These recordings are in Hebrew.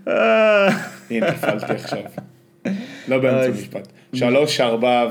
הנה, נפלתי עכשיו. לא באמצע משפט. 3, 4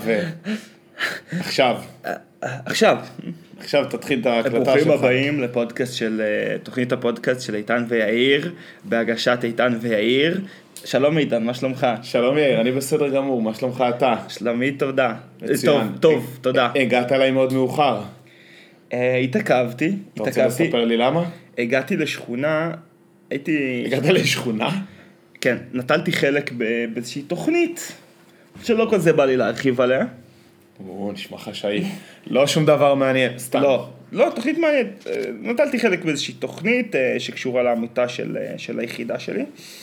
עכשיו תתחיל את ההקלטה שלך. ברוכים הבאים לפודקאסט של, תוכנית הפודקאסט של איתן ויאיר, בהגשת איתן ויאיר. שלום איתן, מה שלומך? שלום יאיר, אני בסדר גמור, מה שלומך אתה? שלומי, תודה. מצוין. טוב, תודה. הגעת אליי מאוד מאוחר. התעכבתי. אתה רוצה לספר לי למה? הגעתי לשכונה, הגעת לשכונה? כן, נטלתי חלק באיזושהי תוכנית, שלא כל זה בא לי להרחיב עליה. נשמע חשאי. לא שום דבר מעניין, סתם. לא, תוכנית מעניינת. נטלתי חלק באיזושהי תוכנית שקשורה לעמותה של היחידה שלי.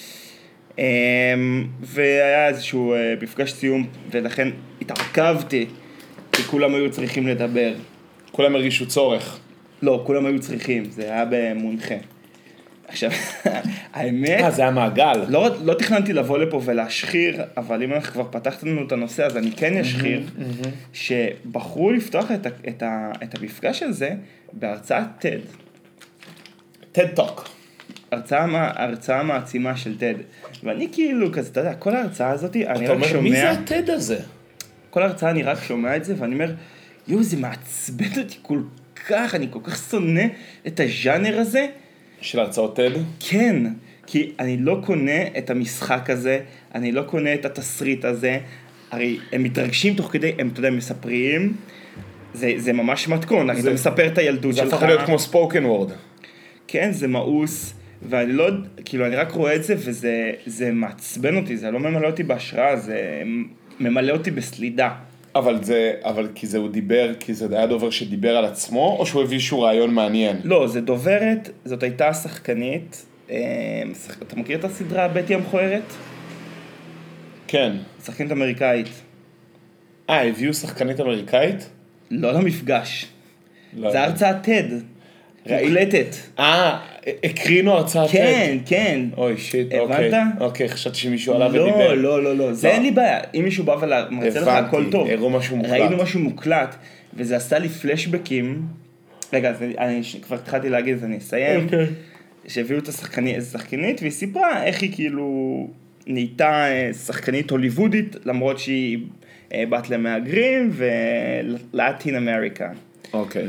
והיה איזשהו מפגש סיום, ולכן התעכבתי, כי כולם היו צריכים לדבר. כולם הרגישו צורך. לא, כולם היו צריכים, זה היה במונחה. עכשיו, האמת... זה היה מעגל. לא תכננתי לבוא לפה ולהשחיר, אבל אם אנחנו כבר פתחת לנו את הנושא, אז אני כן אשחיר, שבחרו לפתוח את המפגש הזה בהרצאת TED. TED Talk. הרצאה מעצימה של TED. ואני כאילו כזה, אתה יודע, כל ההרצאה הזאת, אני רק שומע... מי זה ה-TED הזה? כל ההרצאה אני רק שומע את זה, ואני אומר, זה מעצבן אותי כל כך, אני כל כך שונא את הז'אנר הזה. של הרצאות TED? כן, כי אני לא קונה את המשחק הזה, אני לא קונה את התסריט הזה, הרי הם מתרגשים תוך כדי, הם, אתה יודע, מספרים, זה ממש מתכון, אתה מספר את הילדות שלך. זה הפך להיות כמו ספוקן וורד. כן, זה מאוס, ואני לא, כאילו, אני רק רואה את זה, וזה מעצבן אותי, זה לא ממלא אותי בהשראה, זה ממלא אותי בסלידה. אבל כי זה הוא דיבר, כי זה היה דובר שדיבר על עצמו, או שהוא הביא שהוא רעיון מעניין? לא, זה דוברת, זאת הייתה שחקנית, אתה מכיר את הסדרה בטי המכוערת? כן. שחקנית אמריקאית. הביאו שחקנית אמריקאית? לא למפגש. לא. זה הרצאת TED. מוקלטת. הקרינו הרצאת TED. כן, כן. אוי, שיט, אוקיי. הבנת? אוקיי, חשבתי שמישהו עלה ודיבר. לא. זה אין לי בעיה. אם מישהו בא ומרצה לך הכל טוב. הראו משהו מוקלט. ראינו משהו מוקלט, וזה עשה לי פלשבקים. רגע, אני כבר התחלתי להגיד, אז אני אסיים. אוקיי. שהביאו את השחקנית, והיא סיפרה איך היא כאילו נהייתה שחקנית הוליוודית, למרות שהיא בת למהגרים ולטין אמריקה. אוקיי.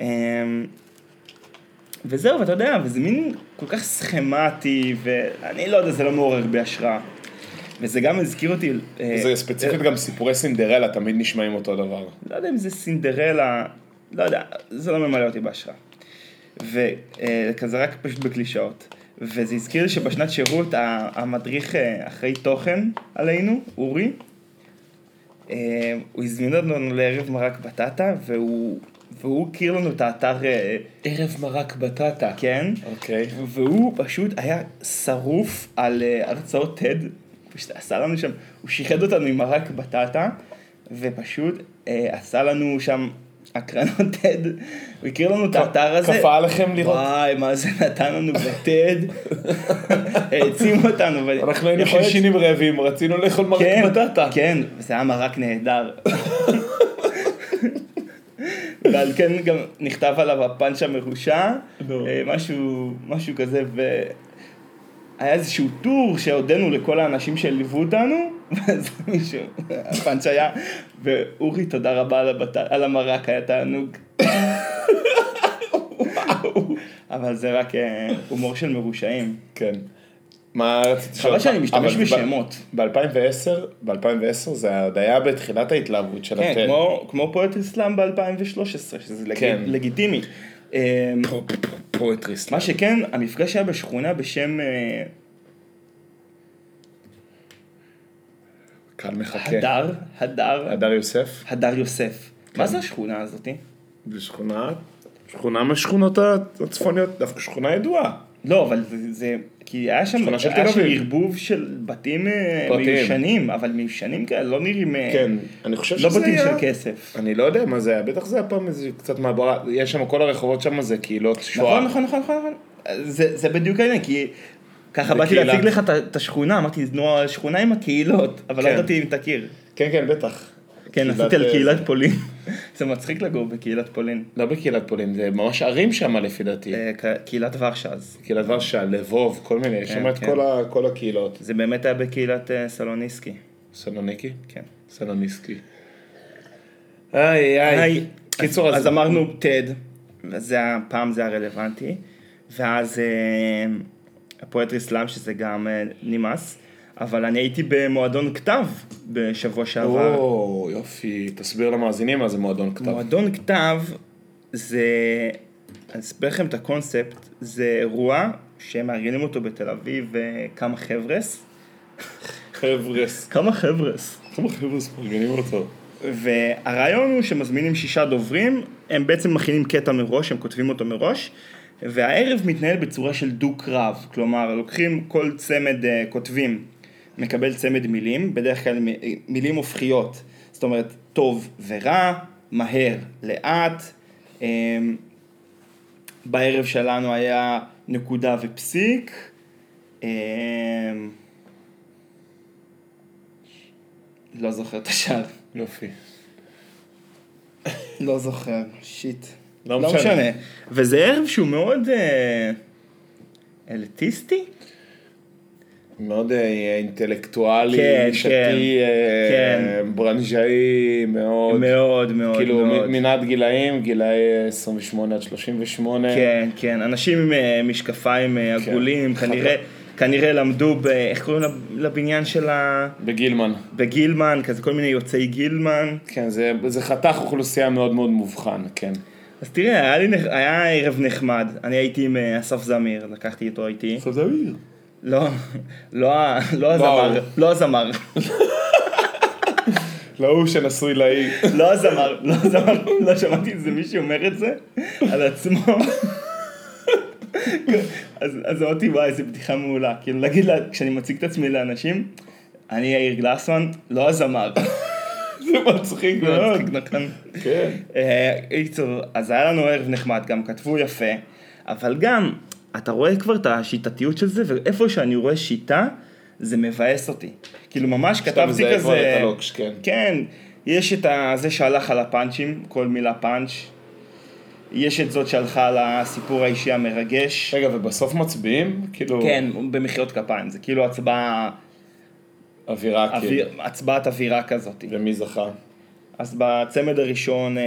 וזהו, ואתה יודע, וזה מין כל כך סכמטי, ואני לא יודע, זה לא מעורר בהשראה. וזה גם הזכיר אותי... זה ספציפית גם סיפורי סינדרלה, תמיד נשמעים אותו דבר. לא יודע אם זה סינדרלה, לא יודע, זה לא ממלא אותי בהשראה. וכזה רק פשוט בקלישאות. וזה הזכיר לי שבשנת שירות, המדריך אחראי תוכן עלינו, אורי, הוא הזמין אותנו לערב מרק בטטה, והוא הכיר לנו את האתר... ערב מרק בטטה. כן. אוקיי. והוא פשוט היה שרוף על הרצאות TED, פשוט עשה לנו שם, הוא שיחד אותנו עם מרק בטטה, ופשוט עשה לנו שם הקרנות TED, הוא הכיר לנו את האתר הזה. כפה עליכם לראות. וואי, מה זה נתן לנו ב-TED, העצים אותנו. אנחנו היינו חלשינים רעבים, רצינו לאכול מרק בטטה. כן, וזה היה מרק נהדר. ועל כן גם נכתב עליו הפאנץ' המרושע, משהו כזה, והיה איזשהו טור שהודנו לכל האנשים שליוו אותנו, ואז מישהו, הפאנץ' היה, ואורי, תודה רבה על המרק, היה תענוג. אבל זה רק הומור של מרושעים. כן. מה רציתי חבל שאני משתמש בשמות. ב-2010 זה היה בתחילת ההתלהבות של כן, הטד. כמו פואטרי סלאם ב-2013, שזה לגיטימי. פואטרי סלאם. מה שכן, המפגש היה בשכונה בשם... קל מחכה. הדר יוסף. הדר יוסף. מה זה השכונה הזאת? זה שכונה מהשכונות הצפוניות, דווקא שכונה ידועה. לא, אבל זה... כי היה שם ערבוב של בתים מיושנים, אבל מיושנים כאלה לא נראים... כן, אני חושב שזה היה... לא בתים של כסף. אני לא יודע מה זה היה, בטח זה היה פעם איזה קצת מעברה, יש שם כל הרחובות שם זה קהילות שואה. נכון. זה בדיוק העניין, כי ככה באתי להציג לך את השכונה, אמרתי, נו, השכונה עם הקהילות, אבל לא ידעתי אם תכיר. כן, בטח. כן, עשיתי על קהילת פולין. זה מצחיק לגור בקהילת פולין. לא בקהילת פולין, זה ממש ערים שם לפי דעתי. קהילת ורשה אז. קהילת ורשה, לבוב, כל מיני, יש שם את כל הקהילות. זה באמת היה בקהילת סלוניסקי. סלוניקי? כן. סלוניסקי. איי. קיצור, אז אמרנו TED, פעם זה היה רלוונטי, ואז הפואטרי סלאם שזה גם נמאס, אבל אני הייתי במועדון כתב בשבוע שעבר. או, יופי, תסביר למאזינים מה זה מועדון כתב. מועדון כתב זה, אני אסביר לכם את הקונספט, זה אירוע שמארגנים אותו בתל אביב כמה חבר'ס. כמה חבר'ס מארגנים אותו. והרעיון הוא שמזמינים 6 דוברים, הם בעצם מכינים קטע מראש, הם כותבים אותו מראש, והערב מתנהל בצורה של דו-קרב, כלומר לוקחים כל צמד כותבים, מקבל צמד מילים, בדרך כלל מילים הופכיות, זאת אומרת טוב ורע, מהר, לאט, בערב שלנו היה נקודה ופסיק, לא זוכר את השאר. יופי. לא זוכר, שיט. לא משנה. וזה ערב שהוא מאוד אליטיסטי? מאוד אינטלקטואלי, כן, נישתי, כן. ברנז'אי, מאוד. מאוד, מאוד, כאילו מאוד. מנעד גילאים, גילאי 28 עד 38. כן, כן. אנשים עם משקפיים עגולים, כנראה למדו איך קוראים לבניין של בגילמן. בגילמן, כזה כל מיני יוצאי גילמן. כן, זה חתך אוכלוסייה מאוד מאוד מובחן, כן. אז תראה, היה ערב נחמד. אני הייתי עם אסף זמיר, לקחתי אותו איתי. אסף זמיר? לא הזמר, לא הזמר. לא הוא שנשוי לאי. לא הזמר, לא שמעתי איזה מישהו אומר את זה על עצמו. אז אמרתי, וואי, איזה בדיחה מעולה. כאילו, להגיד לה, כשאני מציג את עצמי לאנשים, אני יאיר גלסמן, לא הזמר. זה מצחיק מאוד. נכון. כן. אז היה לנו ערב נחמד, גם כתבו יפה, אבל גם, אתה רואה כבר את השיטתיות של זה, ואיפה שאני רואה שיטה, זה מבאס אותי. כאילו, ממש כתבתי כזה... כן, יש את זה שהלך על הפאנצ'ים, כל מילה פאנץ'. יש את זאת שהלכה על הסיפור האישי המרגש. רגע, ובסוף מצביעים? כאילו... כן, במחיאות כפיים, זה כאילו הצבעה... אווירה, כאילו. הצבעת אווירה כזאת. ומי זכה? אז בצמד הראשון...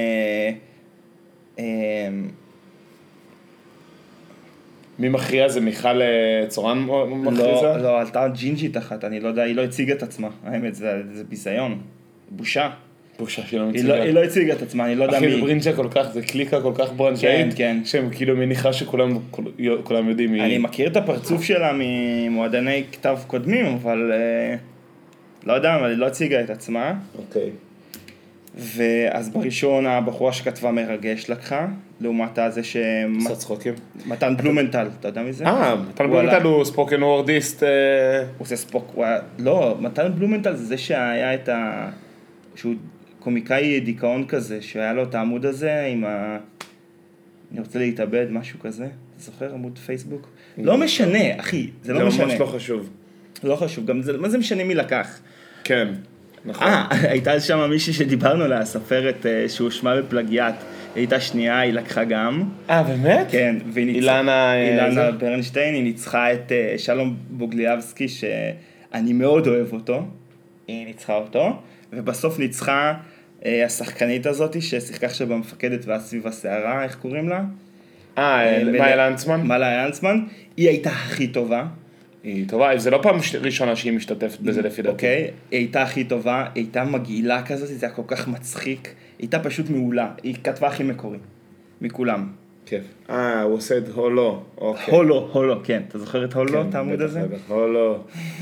מי מכריע? זה מיכל צורן מכריזה? לא, עלתה ג'ינג'ית אחת, אני לא יודע, היא לא הציגה את עצמה. האמת, זה ביזיון. בושה. בושה שהיא לא מציגה. היא לא הציגה את עצמה, אני לא יודע מי. אחי, ברינג'ה כל כך, זה קליקה כל כך ברנג'אית, שהם כאילו מניחה שכולם יודעים מי... אני מכיר את הפרצוף שלה ממועדני כתב קודמים, אבל לא יודע, אבל היא לא הציגה את עצמה. אוקיי. ואז בראשון הבחורה שכתבה מרגש לקחה, לעומת הזה ש... עושה צחוקים. מתן בלומנטל, אתה יודע מי זה? מתן בלומנטל הוא ספוקן וורדיסט. הוא עושה לא, מתן בלומנטל זה זה שהיה את ה... שהוא קומיקאי דיכאון כזה, שהיה לו את העמוד הזה עם ה... אני רוצה להתאבד, משהו כזה. אתה זוכר עמוד פייסבוק? לא משנה, אחי, זה לא משנה. זה ממש לא חשוב. לא חשוב, גם זה, מה זה משנה מי לקח? כן, נכון. הייתה שם מישהי שדיברנו עליה, סופרת שהושמע בפלגיאט, היא הייתה שנייה, היא לקחה גם. באמת? כן, אילנה ברנשטיין, היא ניצחה את שלום בוגליאבסקי, שאני מאוד אוהב אותו, היא ניצחה אותו, ובסוף ניצחה השחקנית הזאת, ששיחקה עכשיו במפקדת ואז סביב הסערה, איך קוראים לה? מאיה לנצמן? מאיה לנצמן, היא הייתה הכי טובה. היא טובה, זה לא פעם ראשונה שהיא משתתפת בזה לפי דעתי. אוקיי, היא הייתה הכי טובה, היא הייתה מגעילה כזאת, זה היה כל כך מצחיק, היא הייתה פשוט מעולה, היא כתבה הכי מקורי, מכולם. כיף. הוא עושה את הולו. הולו, כן, אתה זוכר את הולו, את העמוד הזה? הולו.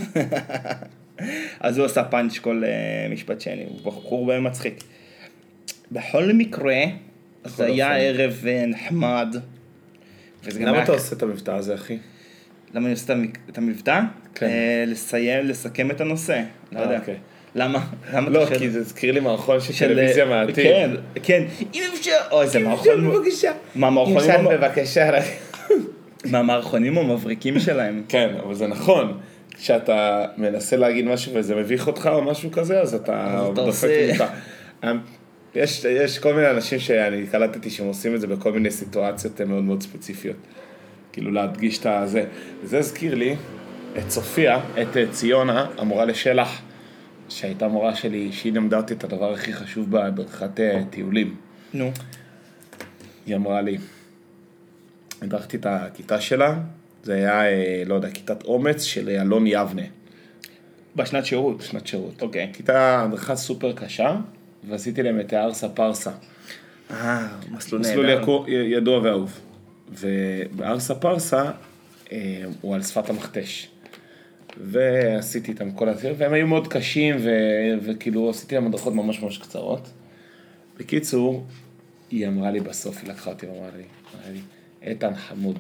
אז הוא עשה פאנץ' כל משפט שני, הוא בחור בהם מצחיק. בכל מקרה, זה היה ערב נחמד. למה אתה עושה את המבטא הזה, אחי? למה אני עושה את המבטא? כן. לסכם את הנושא. לא יודע. למה? לא, כי זה הזכיר לי מערכון של טלוויזיה מעתיד. כן, כן. אם אפשר, אוי, זה מערכון... בבקשה. אם אפשר בבקשה. מהמערכונים המבריקים שלהם. כן, אבל זה נכון. כשאתה מנסה להגיד משהו וזה מביך אותך או משהו כזה, אז אתה דופק אותך. יש כל מיני אנשים שאני קלטתי שהם עושים את זה בכל מיני סיטואציות מאוד מאוד ספציפיות. כאילו להדגיש את הזה. וזה הזכיר לי את סופיה, את ציונה, המורה לשלח, שהייתה מורה שלי, שהיא למדה אותי את הדבר הכי חשוב בהדרכת טיולים. נו. היא אמרה לי, הדרכתי את הכיתה שלה, זה היה, לא יודע, כיתת אומץ של אלון יבנה. בשנת שירות? בשנת שירות. אוקיי. כיתה הדרכה סופר קשה, ועשיתי להם את הארסה פרסה. מסלול מסלול ידוע ואהוב. ובארסה פרסה, הוא על שפת המכתש. ועשיתי איתם כל הסיר, והם היו מאוד קשים, וכאילו עשיתי להם הדרכות ממש ממש קצרות. בקיצור, היא אמרה לי בסוף, היא לקחה אותי ואמרה לי, איתן חמוד.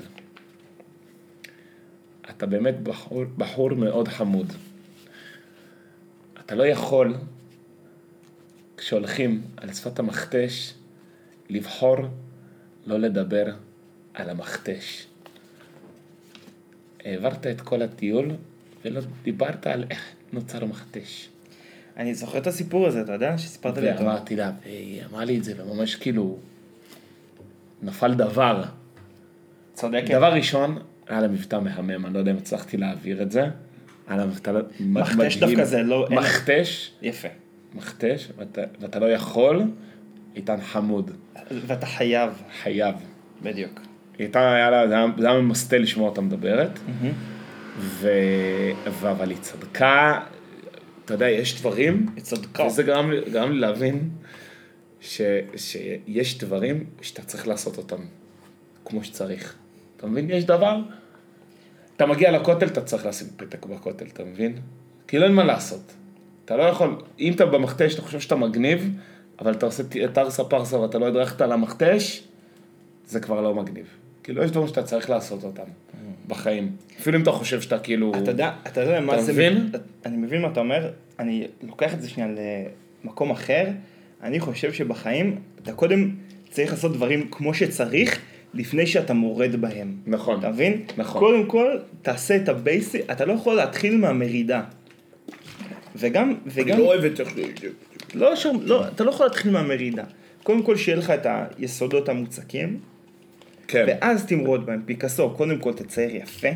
אתה באמת בחור מאוד חמוד. אתה לא יכול, כשהולכים על שפת המכתש, לבחור לא לדבר על המכתש. העברת את כל הטיול, ולא דיברת על איך נוצר המכתש. אני זוכר את הסיפור הזה, אתה יודע? שסיפרת לי אותו. ואמרתי לה, היא אמרה לי את זה, וממש כאילו, נפל דבר. צודקת. דבר ראשון, היה לה מבטא מהמם, אני לא יודע אם הצלחתי להעביר את זה. היה לה מבטא מדהים. מכתש דווקא זה לא... מכתש. יפה. מכתש, ואתה לא יכול, איתן חמוד. ואתה חייב. חייב. בדיוק. זה היה ממסטה לשמוע אותה מדברת. אבל היא צדקה, אתה יודע, יש דברים, היא צדקה. וזה גרם לי להבין שיש דברים שאתה צריך לעשות אותם כמו שצריך. אתה מבין? יש דבר, אתה מגיע לכותל, אתה צריך לשים פתק בכותל, אתה מבין? כי לא אין מה לעשות. אתה לא יכול, אם אתה במכתש, אתה חושב שאתה מגניב, אבל אתה עושה את ארסה פרסה ואתה לא הדרכת על המכתש, זה כבר לא מגניב. כאילו, יש דברים שאתה צריך לעשות אותם בחיים. אפילו אם אתה חושב שאתה כאילו... אתה יודע מה זה... מבין? אני מבין מה אתה אומר, אני לוקח את זה שנייה למקום אחר, אני חושב שבחיים אתה קודם צריך לעשות דברים כמו שצריך, לפני שאתה מורד בהם. נכון. אתה מבין? נכון. קודם כל, תעשה את הבייסי, אתה לא יכול להתחיל מהמרידה. וגם... אני לא אוהב את זה. לא, אתה לא יכול להתחיל מהמרידה. קודם כל, שיהיה לך את היסודות המוצקים, כן. ואז תמרוד בהם. פיקאסו, קודם כל תצייר יפה.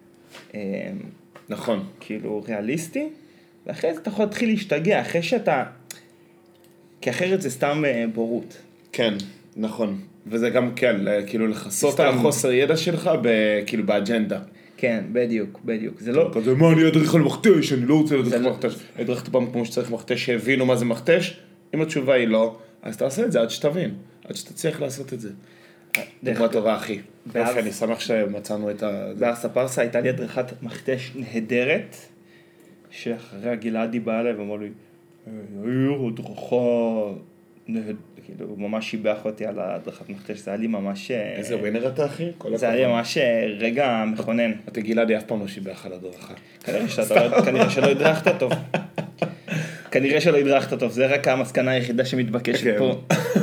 נכון. כאילו ריאליסטי, ואחרי זה אתה יכול להתחיל להשתגע, אחרי שאתה... כי אחרת זה סתם בורות. כן, נכון. וזה גם כן, כאילו לחסות סתם. על החוסר ידע שלך, כאילו באג'נדה. כן, בדיוק. זה לא... כזה, מה אני אדריך על מכתש? אני לא רוצה לדריך על מכתש. הדרכת פעם כמו שצריך מכתש, שהבינו מה זה מכתש? אם התשובה היא לא, אז תעשה את זה עד שתבין, עד שתצליח לעשות את זה. דוגמה טובה, אחי. יופי, אני שמח שמצאנו את ה... בארסה פרסה הייתה לי הדרכת מכתש נהדרת, שאחריה גלעדי בא אליי ואמר לי, יאיר, הדרכה נהדרת, כאילו, הוא ממש שיבח אותי על הדרכת מכתש, זה היה לי ממש... איזה ווינר אתה, אחי? זה היה לי ממש רגע מכונן. אתה גלעדי אף פעם לא שיבח על הדרכה. כנראה שלא הדרכת טוב. כנראה שלא הדרכת טוב, זה רק המסקנה היחידה שמתבקשת פה.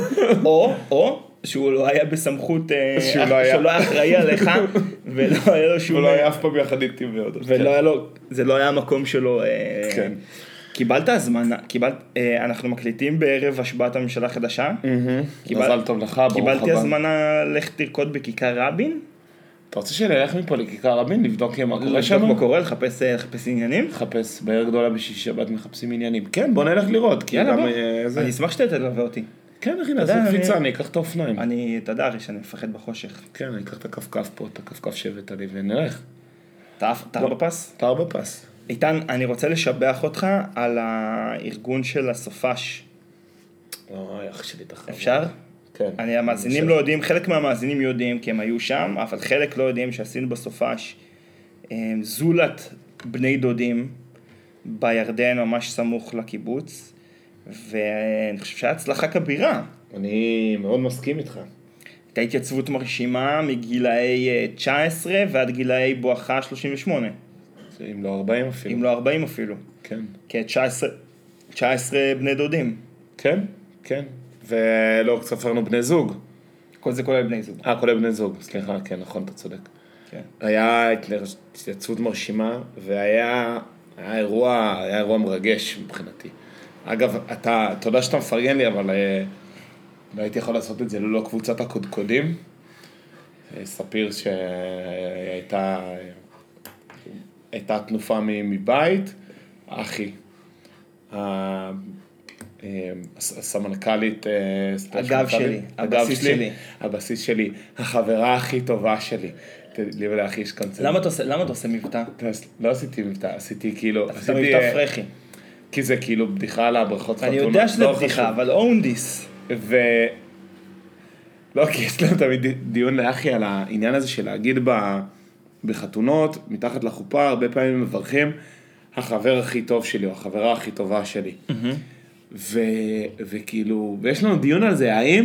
או שהוא לא היה בסמכות, שהוא לא היה אחראי עליך, ולא היה לו שום... הוא לא היה אף פעם יחד איתי מאוד. ולא היה לו, זה לא היה המקום שלו. כן. קיבלת הזמנה, אנחנו מקליטים בערב השבעת הממשלה החדשה. מזל טוב לך, ברוך הבא. קיבלתי הזמנה לך תרקוד בכיכר רבין. אתה רוצה שנלך מפה לכיכר רבין, לבדוק מה קורה שם? לבדוק מה קורה, לחפש עניינים? לחפש, בעיר גדולה בשישי שבת מחפשים עניינים. כן, בוא נלך לראות. יאללה בוא, אני אשמח שאתה תלווה אותי. כן, אחי, נעשה קפיצה, אני אקח את האופניים. אתה יודע, שאני מפחד בחושך. כן, אני אקח את הכפכף פה, את הכפכף שבט עלי, ונלך. אתה בפס? אתה בפס. איתן, אני רוצה לשבח אותך על הארגון של הסופש. אוי, אח שלי תחר. אפשר? כן. המאזינים לא יודעים, חלק מהמאזינים יודעים כי הם היו שם, אבל חלק לא יודעים שעשינו בסופש זולת בני דודים בירדן ממש סמוך לקיבוץ, ואני חושב שהיה הצלחה כבירה. אני מאוד מסכים איתך. הייתה התייצבות מרשימה מגילאי 19 ועד גילאי בואכה 38. אם לא 40 אפילו. אם לא 40 אפילו. כן. כ-19 בני דודים. כן, כן. ולא, ספרנו בני זוג. כל זה כולל בני זוג. כולל בני זוג, סליחה, כן, נכון, אתה צודק. כן. היה התייצבות מרשימה, והיה אירוע מרגש מבחינתי. אגב, אתה יודע שאתה מפרגן לי, אבל והייתי יכול לעשות את זה ללא קבוצת הקודקודים. ספיר הייתה תנופה מבית, אחי. הסמנכ"לית, הבסיס שלי. הבסיס שלי, החברה הכי טובה שלי. לי ולאחי יש קונצנט. למה אתה עושה מבטא? לא עשיתי מבטא, עשיתי כאילו... אתה מבטא פרחי. כי זה כאילו בדיחה על הברכות חתונה. אני יודע שזה בדיחה, אבל own this. לא, כי יש לנו תמיד דיון לאחי על העניין הזה של להגיד בחתונות, מתחת לחופה, הרבה פעמים מברכים, החבר הכי טוב שלי, או החברה הכי טובה שלי. וכאילו, ויש לנו דיון על זה, האם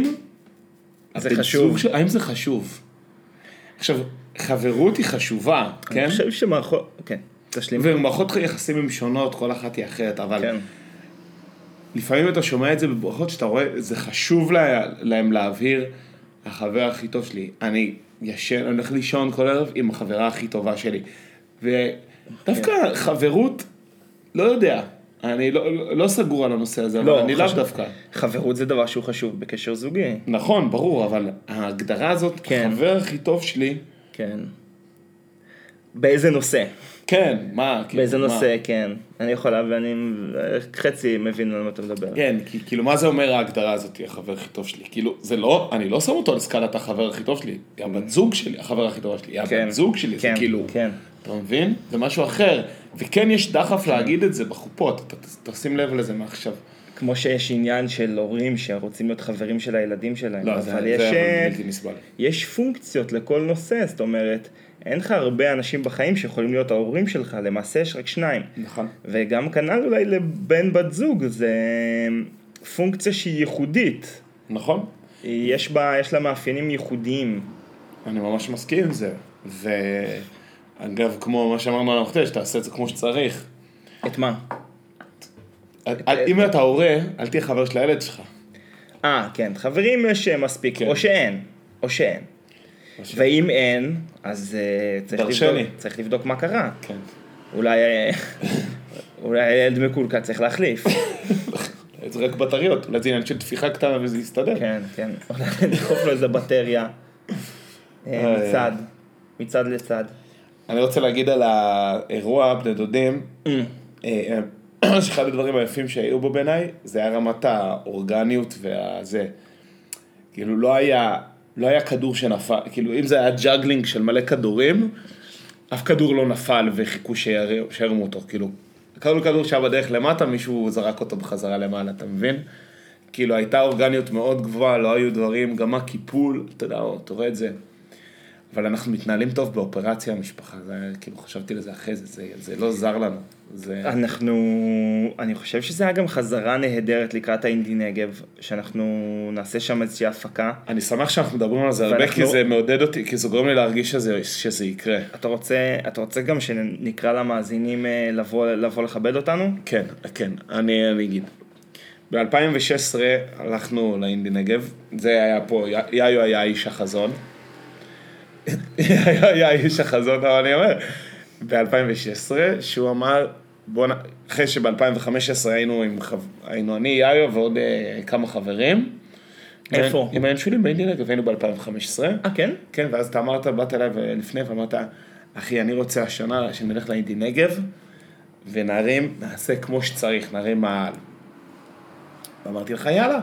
זה חשוב? עכשיו, חברות היא חשובה, כן? אני חושב שמערכות, כן, תשלים. ומערכות יחסים הן שונות, כל אחת היא אחרת, אבל לפעמים אתה שומע את זה בברכות שאתה רואה, זה חשוב להם להבהיר, החבר הכי טוב שלי, אני הולך לישון כל ערב עם החברה הכי טובה שלי. ודווקא חברות, לא יודע, אני לא סגור על הנושא הזה, אבל אני לאו דווקא. חברות זה דבר שהוא חשוב בקשר זוגי. נכון, ברור, אבל ההגדרה הזאת, החבר הכי טוב שלי. כן. באיזה נושא? כן, מה? באיזה נושא, כן. אני יכולה, ואני חצי מבין על מה אתה מדבר. כן, כאילו מה זה אומר ההגדרה הזאת, החבר הכי טוב שלי? כאילו, זה לא, אני לא שם אותו על סקלת החבר הכי טוב שלי, היא הבת זוג שלי, החבר הכי טובה שלי, היא הבת זוג שלי, זה כאילו, אתה מבין? זה משהו אחר, וכן יש דחף להגיד את זה בחופות, אתה תשים לב לזה מעכשיו. כמו שיש עניין של הורים שרוצים להיות חברים של הילדים שלהם. לא, זה בלתי נסבל. יש פונקציות לכל נושא, זאת אומרת, אין לך הרבה אנשים בחיים שיכולים להיות ההורים שלך, למעשה יש רק 2. נכון. וגם כנ"ל אולי לבן בת זוג, זה פונקציה שהיא ייחודית. נכון. יש לה מאפיינים ייחודיים. אני ממש מסכים עם זה. ואגב, כמו מה שאמרנו על המחתש, תעשה את זה כמו שצריך. את מה? אם אתה הורה, אל תהיה חבר של הילד שלך. כן, חברים יש מספיק, או שאין. ואם אין, אז צריך לבדוק מה קרה. כן. אולי הילד מקולקל צריך להחליף. זה רק בטריות, אולי זה עניין של תפיחה קטנה וזה יסתדר. כן, כן. אולי נדחוף לו איזה בטריה. מצד לצד. אני רוצה להגיד על האירוע בני דודים, שאחד הדברים היפים שהיו בו בעיניי, זה היה רמת האורגניות והזה. כאילו לא היה כדור שנפל, כאילו אם זה היה ג'אגלינג של מלא כדורים, אף כדור לא נפל וחיכו שירמו אותו, כאילו, כדור שהיה בדרך למטה, מישהו זרק אותו בחזרה למעלה, אתה מבין? כאילו הייתה אורגניות מאוד גבוהה, לא היו דברים, גם הקיפול, אתה יודע, אתה רואה את זה. אבל אנחנו מתנהלים טוב באופרציה המשפחה, זה, כאילו חשבתי לזה אחרי זה, זה לא זר לנו. אני חושב שזה היה גם חזרה נהדרת לקראת האינדי נגב, שאנחנו נעשה שם איזושהי הפקה. אני שמח שאנחנו מדברים על זה הרבה, כי זה מעודד אותי, כי זה גורם לי להרגיש שזה יקרה. אתה רוצה גם שנקרא למאזינים לבוא לכבד אותנו? כן, כן, אני אגיד. ב-2016 הלכנו לאינדי נגב, זה היה פה, יאיו היה איש החזון. היה איש החזון, אבל אני אומר, ב-2016, שהוא אמר, אחרי שב-2015 היינו אני, יאיו ועוד כמה חברים. איפה? עם האנשולים באינדי נגב, היינו ב-2015. כן? כן, ואז אתה אמרת, באת אליי לפני ואמרת, אחי, אני רוצה השנה שנלך לאינדי נגב, ונערים, נעשה כמו שצריך, נערים מעל. ואמרתי לך, יאללה.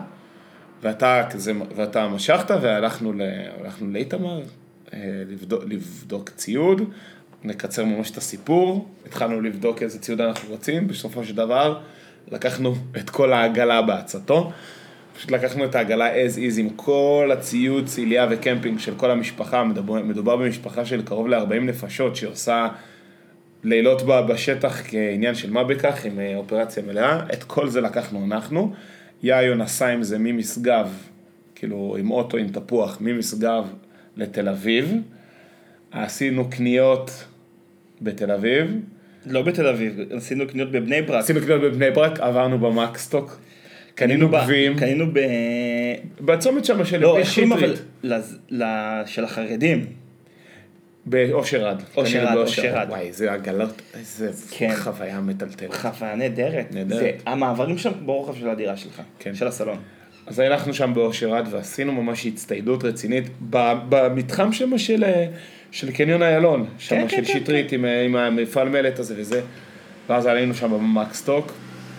ואתה משכת, והלכנו לאיתמר, לבדוק ציוד, נקצר ממש את הסיפור, התחלנו לבדוק איזה ציוד אנחנו רוצים, בסופו של דבר לקחנו את כל העגלה בהצתו, פשוט לקחנו את העגלה as is עם כל הציוד, ציליה וקמפינג של כל המשפחה, מדובר במשפחה של קרוב ל-40 נפשות שעושה לילות בשטח כעניין של מה בכך, עם אופרציה מלאה, את כל זה לקחנו אנחנו, יאיו נסע עם זה ממסגב, כאילו עם אוטו עם תפוח, ממסגב לתל אביב, עשינו קניות בתל אביב. לא בתל אביב, עשינו קניות בבני ברק. עשינו קניות בבני ברק, עברנו במקסטוק, קנינו גביעים. קנינו בצומת שם של שטרית. של החרדים. באושרד. אושרד. וואי, איזה עגלות, איזה חוויה מטלטלת. חוויה נהדרת. המעברים שם ברוחב של הדירה שלך, של הסלון. אז הלכנו שם באושר עד ועשינו ממש הצטיידות רצינית במתחם שמה של קניון איילון, שם של שטרית עם המפעל מלט הזה וזה, ואז עלינו שם במקסטוק,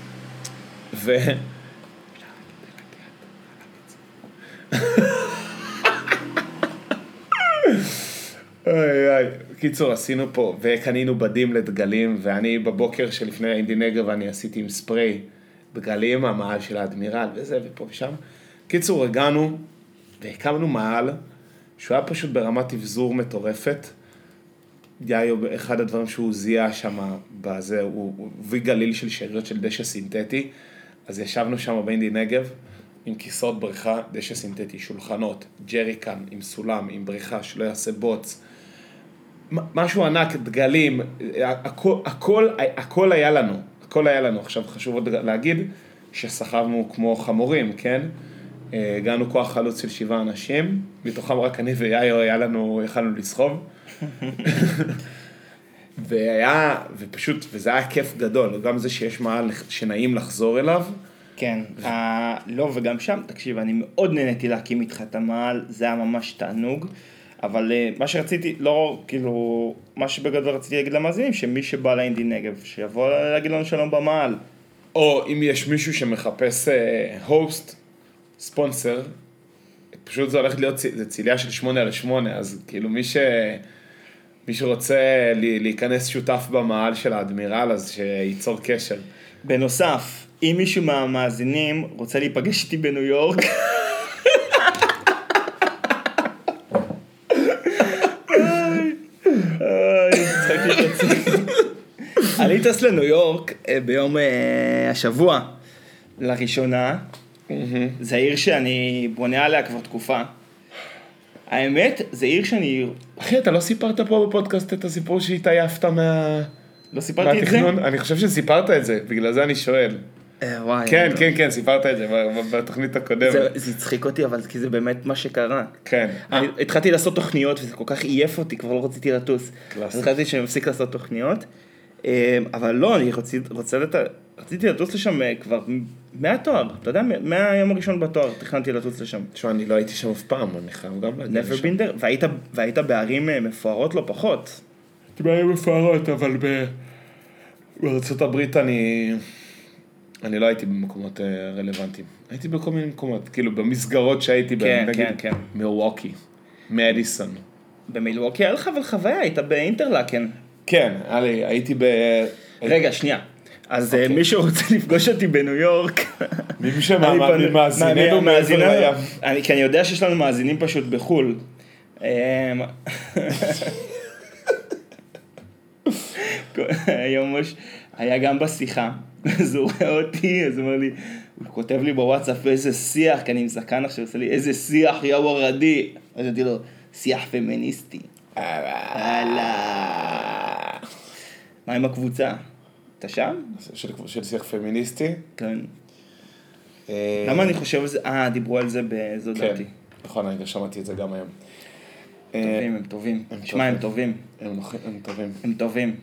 קיצור, עשינו פה, וקנינו בדים לדגלים, ואני בבוקר שלפני האינדי נגב, אני עשיתי עם ספרי בגלים, המעל של האדמירל וזה, ופה ושם. קיצור, הגענו, והקמנו מעל, שהוא היה פשוט ברמת תבזור מטורפת. יאיו, אחד הדברים שהוא זיהה שם, בזה, הוא הביא גליל של שאריות של דשא סינתטי, אז ישבנו שם באינדי נגב, עם כיסאות בריכה, דשא סינתטי, שולחנות, ג'ריקן, עם סולם, עם בריכה, שלא יעשה בוץ, משהו ענק, דגלים, הכל היה לנו, הכל היה לנו. עכשיו חשוב עוד להגיד ששכבנו כמו חמורים, כן? הגענו כוח חלוץ של 7 אנשים, מתוכם רק אני ויאיו יכלנו לסחוב. וזה היה כיף גדול, גם זה שיש מעל שנעים לחזור אליו. כן, לא, וגם שם, תקשיב, אני מאוד נהניתי להקים איתך את המעל, זה היה ממש תענוג. אבל מה שרציתי, לא, כאילו, מה שבגדול רציתי להגיד למאזינים, שמי שבא לאינדי נגב, שיבוא להגיד לנו שלום במעל. או אם יש מישהו שמחפש הוסט, ספונסר, פשוט זה הולך להיות, זה ציליה של 8/8, אז כאילו מי שרוצה להיכנס שותף במעל של האדמירל, אז שייצור קשר. בנוסף, אם מישהו מהמאזינים רוצה להיפגש איתי בניו יורק, אני טס לניו יורק ביום השבוע לראשונה, זה עיר שאני בונה עליה כבר תקופה. האמת, זה עיר שאני... אחי, אתה לא סיפרת פה בפודקאסט את הסיפור שהתעייפת לא סיפרתי את זה? אני חושב שסיפרת את זה, בגלל זה אני שואל. וואי. כן, סיפרת את זה בתוכנית הקודמת. זה הצחיק אותי, אבל כי זה באמת מה שקרה. כן. התחלתי לעשות תוכניות, וזה כל כך עייף אותי, כבר לא רציתי לטוס. אז החלטתי שאני מפסיק לעשות תוכניות. אבל לא, אני רציתי לטוס לשם כבר מהתואר. אתה יודע, מהיום הראשון בתואר, תכננתי לטוס לשם. תשמע, אני לא הייתי שם אף פעם, אני חייב גם להגיד Never been there, והיית בערים מפוארות לא פחות. הייתי בערים מפוארות, אבל בארצות הברית אני לא הייתי במקומות רלוונטיים. הייתי בכל מיני מקומות, כאילו במסגרות שהייתי בהם, נגיד מילווקי, מדיסון. במילווקי היה לך אבל חוויה, היית באינטרלקן. כן, הייתי רגע, שנייה. אז מישהו רוצה לפגוש אותי בניו יורק. מישהו מאזיננו מעבר לים. כי אני יודע שיש לנו מאזינים פשוט בחול. היום היה גם בשיחה, אז הוא רואה אותי, אז הוא אומר לי, הוא כותב לי בוואטסאפ איזה שיח, כי אני עם זקן עכשיו, עושה לי איזה שיח יא ורדי. אז אמרתי לו, שיח פמיניסטי. מה עם הקבוצה? אתה שם? של שיח פמיניסטי? כן. למה אני חושב על זה? דיברו על זה בזודתי. נכון, אני שמעתי את זה גם היום. הם טובים. שמע, הם טובים. הם טובים.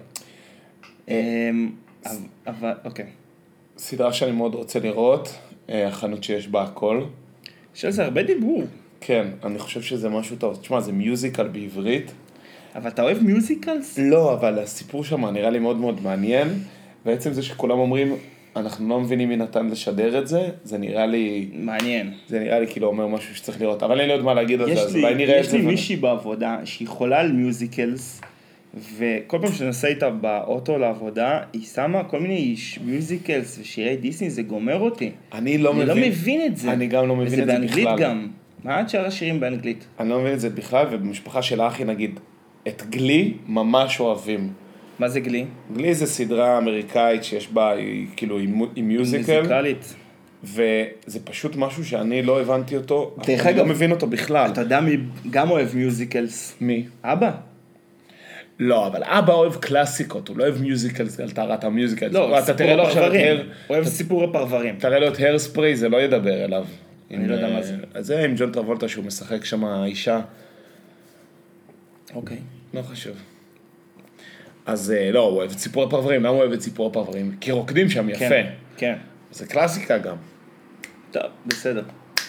אבל, אוקיי. סדרה שאני מאוד רוצה לראות, החנות שיש בה הכל. יש על זה הרבה דיבור. כן, אני חושב שזה משהו טוב. תשמע, זה מיוזיקל בעברית. אבל אתה אוהב מיוזיקלס? לא, אבל הסיפור שם נראה לי מאוד מאוד מעניין. בעצם זה שכולם אומרים, אנחנו לא מבינים מי נתן לשדר את זה, זה נראה לי... מעניין. זה נראה לי כאילו אומר משהו שצריך לראות, אבל אין לי עוד מה להגיד על זה, אז אולי נראה את זה. יש לי מישהי בעבודה שהיא חולה על מיוזיקלס, וכל פעם שנסע איתה באוטו לעבודה, היא שמה כל מיני מיוזיקלס ושירי דיסני, זה גומר אותי. אני לא מבין את זה. אני גם לא מבין את זה בכלל. וזה באנגלית גם. מה את שאר השירים באנגלית? אני לא מבין את זה בכלל, ובמשפחה של אחי נגיד, את גלי ממש אוהבים. מה זה גלי? גלי זה סדרה אמריקאית שיש בה, כאילו, עם מיוזיקל. מוזיקלית. וזה פשוט משהו שאני לא הבנתי אותו. אני לא מבין אותו בכלל. אתה יודע מי גם אוהב מיוזיקלס? מי? אבא. לא, אבל אבא אוהב קלאסיקות, הוא לא אוהב מיוזיקלס, על טהרת המיוזיקלס. לא, סיפור הפרברים. הוא אוהב סיפור הפרברים. תראה לו את הרספרי, זה לא ידבר אליו. אני לא יודע מה זה. אז זה עם ג'ון טרבולטה שהוא משחק שם האישה. אוקיי. לא חשוב. אז לא, הוא אוהב את סיפור הפרברים. למה הוא אוהב את סיפור הפרברים? כי רוקדים שם יפה. כן. זה קלאסיקה גם. טוב, בסדר.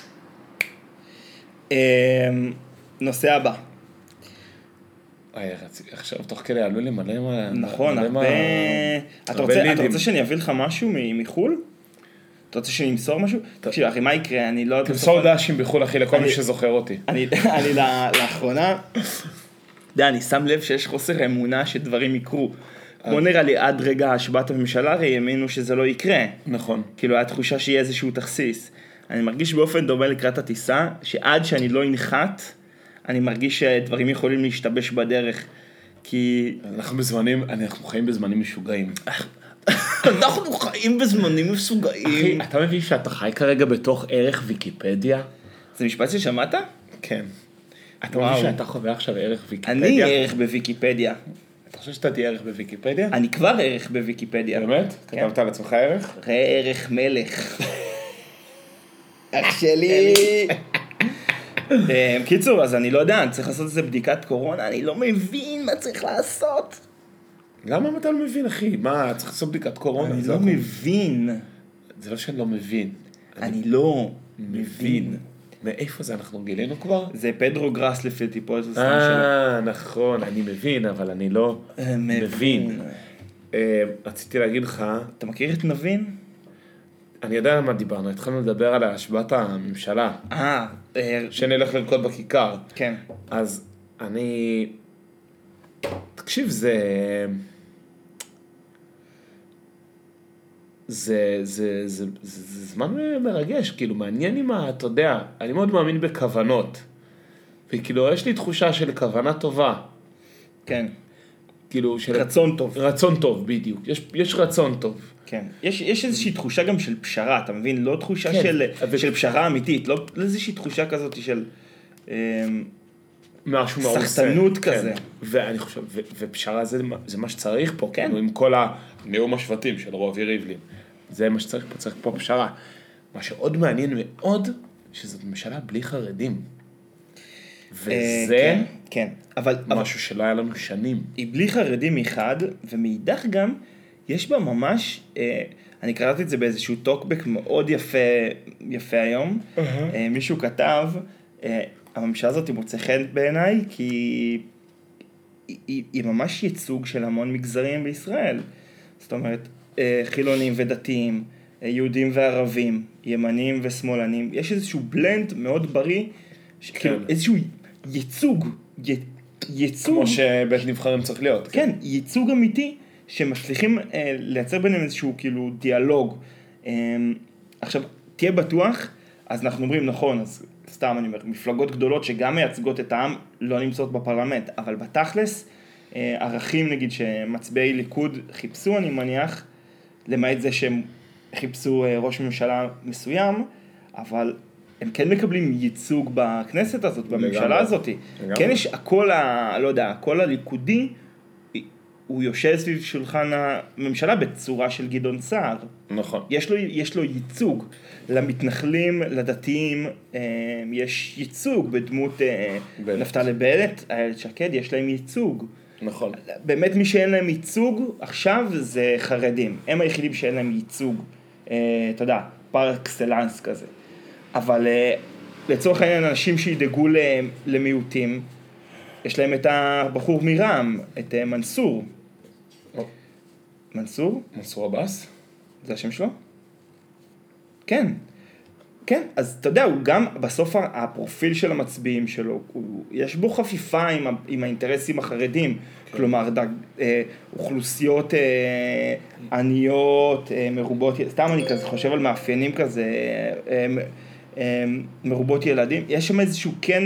נושא הבא. עכשיו תוך כדי עלו לי מלא נכון, הרבה... אתה רוצה שאני אביא לך משהו מחול? אתה רוצה שאני אמסור משהו? תקשיב, אחי, מה יקרה? אני לא... תמסור דשים בחול, אחי, לכל מי שזוכר אותי. אני לאחרונה... אני שם לב שיש חוסר אמונה שדברים יקרו. כמו נראה לי עד רגע השבעת הממשלה, הרי האמינו שזה לא יקרה. נכון. כאילו, היה תחושה שיהיה איזשהו תכסיס. אני מרגיש באופן דומה לקראת הטיסה, שעד שאני לא אנחת, אני מרגיש שדברים יכולים להשתבש בדרך. כי... אנחנו חיים בזמנים משוגעים. אנחנו חיים בזמנים משוגעים. אחי, אתה מבין שאתה חי כרגע בתוך ערך ויקיפדיה? זה משפט ששמעת? כן. אתה מבין שאתה חווה עכשיו ערך ויקיפדיה? אני ערך בוויקיפדיה. אתה חושב שאתה תהיה ערך בוויקיפדיה? אני כבר ערך בוויקיפדיה. באמת? כתבת על עצמך ערך? ערך מלך. אח שלי. קיצור, אז אני לא יודע, אני צריך לעשות איזה בדיקת קורונה, אני לא מבין מה צריך לעשות. למה אתה לא מבין, אחי? מה, צריך לעשות בדיקת קורונה? אני לא מבין. זה לא שאני לא מבין. אני לא מבין. מאיפה זה אנחנו גילינו כבר? זה פדרו גראס לפי טיפול. נכון, אני מבין, אבל אני לא מבין. רציתי להגיד לך... אתה מכיר את נבין? אני יודע על מה דיברנו, התחלנו לדבר על השבעת הממשלה. שנלך לרקוד בכיכר. כן. אז אני... תקשיב, זה זמן מרגש, כאילו מעניין עם אתה יודע, אני מאוד מאמין בכוונות, וכאילו יש לי תחושה של כוונה טובה. כן. כאילו של... רצון טוב. רצון טוב, בדיוק. יש רצון טוב. כן. יש איזושהי תחושה גם של פשרה, אתה מבין? לא תחושה של פשרה אמיתית, לא איזושהי תחושה כזאת של... משהו סחטנות כזה. ואני חושב, ופשרה זה מה שצריך פה, כן? עם כל הנאום השבטים של רובי ריבלין. זה מה שצריך פה, צריך פה פשרה. מה שעוד מעניין מאוד, שזאת ממשלה בלי חרדים. וזה כן, אבל משהו שלא היה לנו שנים. היא בלי חרדים אחד, ומאידך גם, יש בה ממש, אני קראתי את זה באיזשהו טוקבק מאוד יפה היום. מישהו כתב, הממשלה הזאת היא מוצא חן בעיניי, כי היא ממש ייצוג של המון מגזרים בישראל. זאת אומרת, חילונים ודתיים, יהודים וערבים, ימנים ושמאלנים. יש איזשהו בלנד מאוד בריא, כאילו איזשהו ייצוג. כמו שבית נבחרים צריך להיות. כן, ייצוג אמיתי, שמצליחים לייצר ביניהם איזשהו כאילו דיאלוג. עכשיו, תהיה בטוח, אז אנחנו אומרים נכון, אז סתם אני אומר, מפלגות גדולות שגם מייצגות את העם לא נמצאות בפרלמנט, אבל בתכלס, ערכים נגיד שמצביעי ליכוד חיפשו, אני מניח, למעט זה שהם חיפשו ראש ממשלה מסוים, אבל הם כן מקבלים ייצוג בכנסת הזאת, בממשלה הזאת. כן יש הכל, לא יודע, הכל הליכודי, הוא יושב סביב שולחן הממשלה בצורה של גדעון סער. נכון. יש לו ייצוג. למתנחלים, לדתיים, יש ייצוג בדמות נפתלי בנט, איילת שקד, יש להם ייצוג. נכון. באמת מי שאין להם ייצוג עכשיו זה חרדים. הם היחידים שאין להם ייצוג, אתה יודע, פר אקסלנס כזה. אבל לצורך העניין אנשים שידאגו למיעוטים, יש להם את הבחור מרע"מ, את מנסור. מנסור? מנסור עבאס? זה השם שלו? כן. כן, אז אתה יודע, הוא גם בסוף הפרופיל של המצביעים שלו, יש בו חפיפה עם האינטרסים החרדים, כלומר, אוכלוסיות עניות, מרובות, סתם אני כזה חושב על מאפיינים כזה, מרובות ילדים, יש שם איזשהו כן,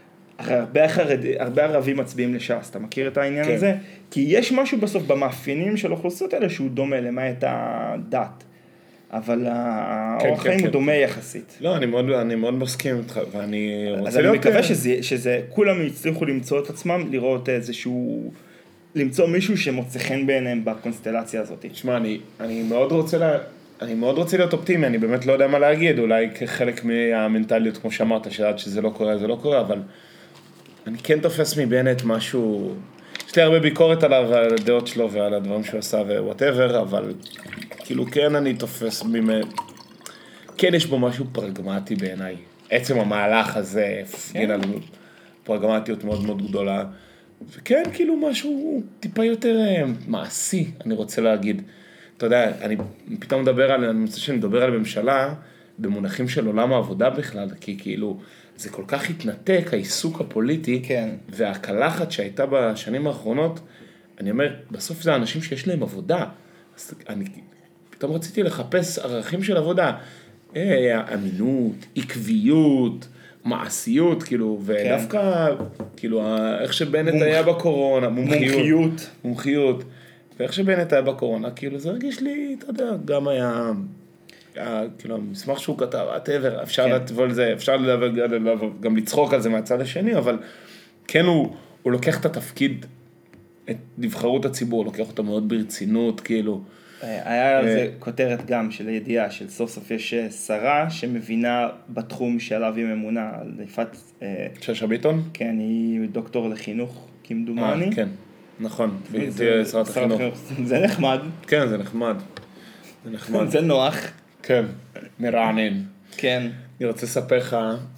הרבה ערבים מצביעים לש"ס, אתה מכיר את העניין הזה? כי יש משהו בסוף במאפיינים של האוכלוסיות האלה שהוא דומה למעט הדת. אבל האורח חיים הוא דומה יחסית. לא, אני מאוד מסכים איתך, ואני רוצה... אז אני מקווה שזה, כולם יצליחו למצוא את עצמם, לראות איזשהו, למצוא מישהו שמוצא חן בעיניהם בקונסטלציה הזאת. תשמע, אני מאוד רוצה להיות אופטימי, אני באמת לא יודע מה להגיד, אולי כחלק מהמנטליות, כמו שאמרת, שעד שזה לא קורה, זה לא קורה, אבל אני כן תופס מבנט משהו... יש לי הרבה ביקורת עליו ועל הדעות שלו ועל הדברים שהוא עשה ווואטאבר, אבל כאילו כן אני תופס כן יש בו משהו פרגמטי בעיניי. עצם המהלך הזה הפגין על פרגמטיות מאוד מאוד גדולה, וכן, כאילו משהו טיפה יותר מעשי, אני רוצה להגיד. אתה יודע, אני פתאום מדבר על, אני רוצה שאני מדבר על ממשלה, במונחים של עולם העבודה בכלל, כי כאילו, זה כל כך התנתק, העיסוק הפוליטי, כן. והקלחת שהייתה בשנים האחרונות, אני אומר, בסוף זה האנשים שיש להם עבודה, אז אני פתאום רציתי לחפש ערכים של עבודה, אמינות, עקביות, מעשיות, כאילו, ודווקא, כאילו, איך שבנט היה בקורונה, מומחיות, ואיך שבנט היה בקורונה, כאילו, זה הרגיש לי, אתה יודע, גם היה, כאילו, המסמך שהוא כתב, אפשר לדבר על זה, אפשר גם לצחוק על זה מהצד השני, אבל כן, הוא לוקח את התפקיד, את נבחרות הציבור, לוקח אותו מאוד ברצינות, כאילו. היה על זה כותרת גם של הידיעה, של סוף סוף יש שרה שמבינה בתחום שעליו היא ממונה, על יפעת... שאשא ביטון? כן, היא דוקטור לחינוך, כמדומני. כן, נכון, תהיה שרת החינוך. זה נחמד. כן, זה נחמד. זה נחמד. זה נוח. כן, מרענן. כן. אני רוצה לספר לך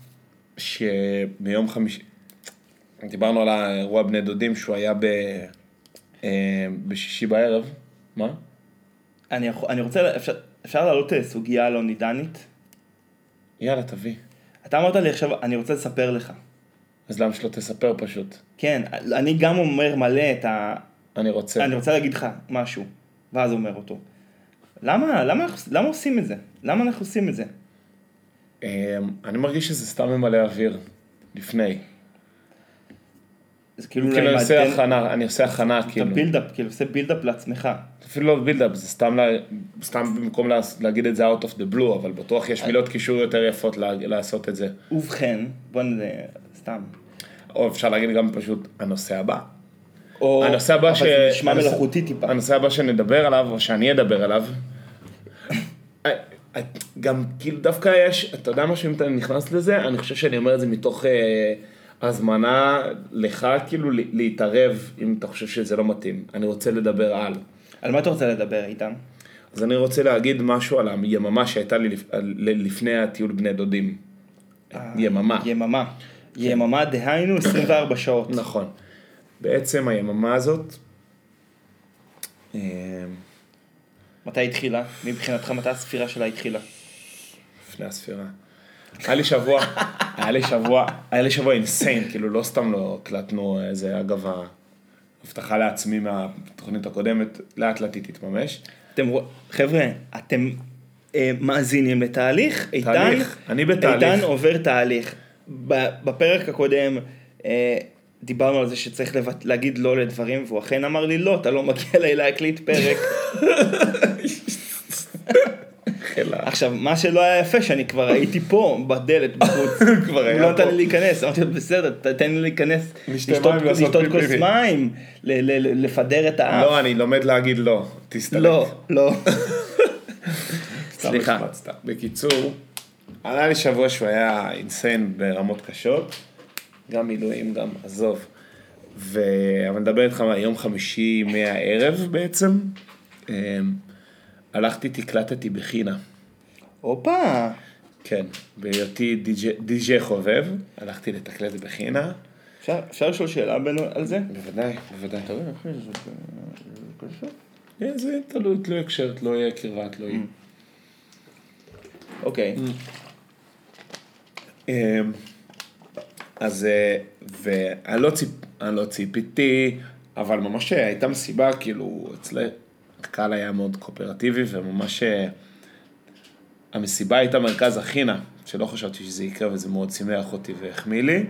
שביום חמישי, דיברנו על האירוע בני דודים, שהוא היה בשישי בערב. מה? אני רוצה, אפשר להעלות סוגיה לא נידנית? יאללה, תביא. אתה אמרת לי עכשיו, אני רוצה לספר לך. אז למה שלא תספר פשוט? כן, אני גם אומר מלא את אני רוצה להגיד לך משהו, ואז אומר אותו. למה עושים את זה? למה אנחנו עושים את זה? אני מרגיש שזה סתם ממלא אוויר, לפני. זה כאילו אני עושה הכנה, כאילו. אתה בילדאפ, כאילו עושה בילדאפ לעצמך. אפילו לא בילדאפ, זה סתם במקום להגיד את זה out of the blue, אבל בטוח יש מילות קישור יותר יפות לעשות את זה. ובכן, בוא סתם. או אפשר להגיד גם פשוט הנושא הבא. הנושא הבא נשמע מלאכותי טיפה. הנושא הבא שנדבר עליו, או שאני אדבר עליו, גם כאילו דווקא יש, אתה יודע משהו אם אתה נכנס לזה, אני חושב שאני אומר את זה מתוך הזמנה לך כאילו להתערב אם אתה חושב שזה לא מתאים. אני רוצה לדבר על מה אתה רוצה לדבר איתם? אז אני רוצה משהו על היממה שהייתה לי לפני הטיול בני דודים. יממה דהיינו 24 שעות. נכון. בעצם היממה הזאת... מתי התחילה? מבחינתך מתי הספירה שלה התחילה? לפני הספירה. היה לי שבוע אינסיין, כאילו לא סתם לא הקלטנו איזה, אגב, ההבטחה לעצמי מהתוכנית הקודמת, לאט לאט היא תתממש. חבר'ה, אתם מאזינים לתהליך, אני בתהליך. איתן עובר תהליך. בפרק הקודם דיברנו על זה שצריך להגיד לא לדברים, והוא אכן אמר לי לא, אתה לא מגיע אליי להקליט פרק. עכשיו, מה שלא היה יפה, שאני כבר הייתי פה, בדלת, בחוץ. הוא לא נתן לי להיכנס, אמרתי לו, בסדר, תתן לי להיכנס, לשתות כוס מים, לפדר את האף. לא, אני לומד להגיד לא, תסתלק. לא. סליחה. בקיצור, היה לי שבוע שהוא היה אינסיין ברמות קשות, גם מילואים, גם עזוב. אבל נדבר איתך יום חמישי מהערב בעצם, תקלטתי בחינה. אופה. כן, בהיותי די.ג'יי חובב, הלכתי לתקלט בחינה. אפשר לשאול שאלה על זה? בוודאי. זה תלוי הקשר, תלוי הקרבה, תלוי. אוקיי. אז, ואני לא ציפיתי, אבל ממש הייתה מסיבה, כאילו, אצלי, הקהל היה מאוד קואופרטיבי, וממש המסיבה הייתה מרכז החינה, שלא חשבתי שזה יקרה, וזה מאוד שימח אותי והחמיא לי.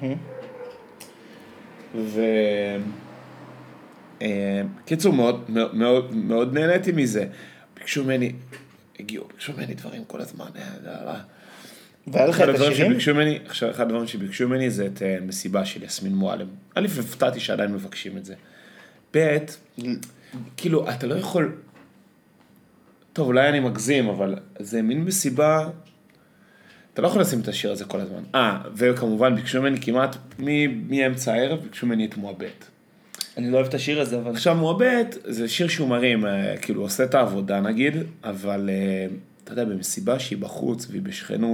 קיצור, מאוד נהניתי מזה. ביקשו ממני דברים כל הזמן. והיה לך את השירים? אחד הדברים שביקשו ממני זה את מסיבה של יסמין מועלם. א', הפתעתי שעדיין מבקשים את זה. ב', כאילו, אתה לא יכול... טוב, אולי אני מגזים, אבל זה מין מסיבה... אתה לא יכול לשים את השיר הזה כל הזמן. וכמובן, ביקשו ממני כמעט מאמצע הערב, ביקשו ממני את מועבט. אני לא אוהב את השיר הזה, אבל... עכשיו, מועבט זה שיר שהוא מרים, כאילו, עושה את העבודה, נגיד, אבל, אתה יודע, במסיבה שהיא בחוץ והיא בשכנות,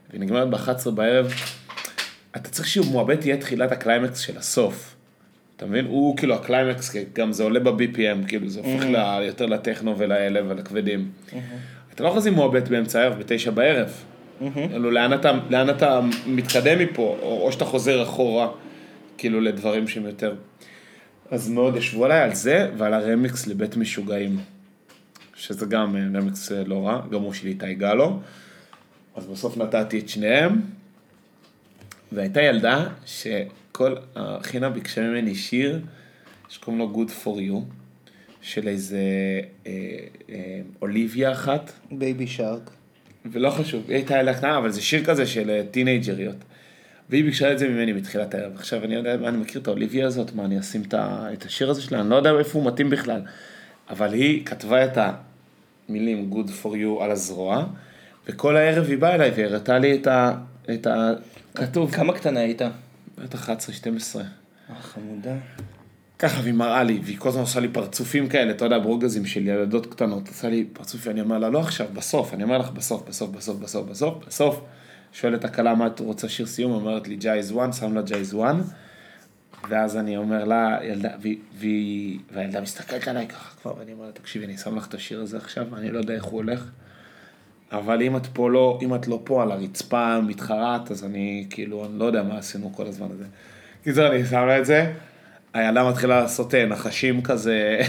והיא נגמרת ב-11 בערב, אתה צריך שמועבד תהיה תחילת הקליימקס של הסוף. אתה מבין? הוא כאילו הקליימקס, גם זה עולה ב-BPM, כאילו זה הופך יותר לטכנו ולאלה ולכבדים. אתה לא יכול לשים מועבד באמצע הערב, ב-9 בערב. לאן אתה מתקדם מפה, או שאתה חוזר אחורה, כאילו לדברים שהם יותר... אז מאוד ישבו עליי על זה, ועל הרמיקס לבית משוגעים. שזה גם רמיקס לא רע, גם הוא שלי איתי גלו. אז בסוף נתתי את שניהם, והייתה ילדה שכל החינה ביקשה ממני שיר, שקוראים לו Good for You, של איזה אוליביה אחת. בייבי שרק. ולא חשוב, היא הייתה ילדה קטנה, אבל זה שיר כזה של טינג'ריות. והיא ביקשה את זה ממני מתחילת הערב. עכשיו אני יודע, אני מכיר את האוליביה הזאת, מה אני אשים את השיר הזה שלה, אני לא יודע איפה הוא מתאים בכלל. אבל היא כתבה את המילים Good for You על הזרוע, וכל הערב היא באה אליי והראתה לי את הכתוב. כמה קטנה היית? את 11-12. חמודה. ככה, והיא מראה לי, והיא כל הזמן עושה לי פרצופים כאלה, אתה יודע, ברוגזים של ילדות קטנות, עושה לי פרצופים, אני אומר לה, לא עכשיו, בסוף, אני אומר לך, בסוף, שואלת הקלה, מה את רוצה שיר סיום? אומרת לי, ג'ייז 1, שם לה ג'ייז 1, ואז אני אומר לה, ילדה, והילדה מסתכלת עליי ככה כבר, ואני אומר לה, תקשיבי, אני שם לך את השיר הזה עכשיו, אני לא יודע איך הוא הולך, אבל אם את לא פה על הרצפה מתחרת, אז אני כאילו, אני לא יודע מה עשינו כל הזמן הזה. קיצור, אני שם לה את זה, הילדה מתחילה לעשות נחשים כזה.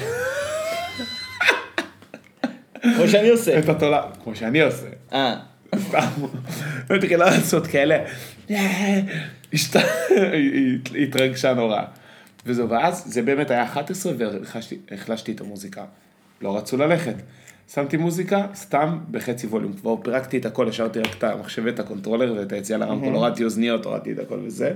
כמו שאני עושה. את התולה, כמו שאני עושה. סתם. מתחילה לעשות כאלה. היא התרגשה נורא. וזהו, ואז זה באמת היה 11 והחלשתי את המוזיקה. לא רצו ללכת. שמתי מוזיקה, סתם בחצי ווליום. כבר פירקתי את הכל, השארתי רק את המחשבת, את הקונטרולר ואת היציאה לרמקול, הורדתי אוזניות, הורדתי את הכל וזה.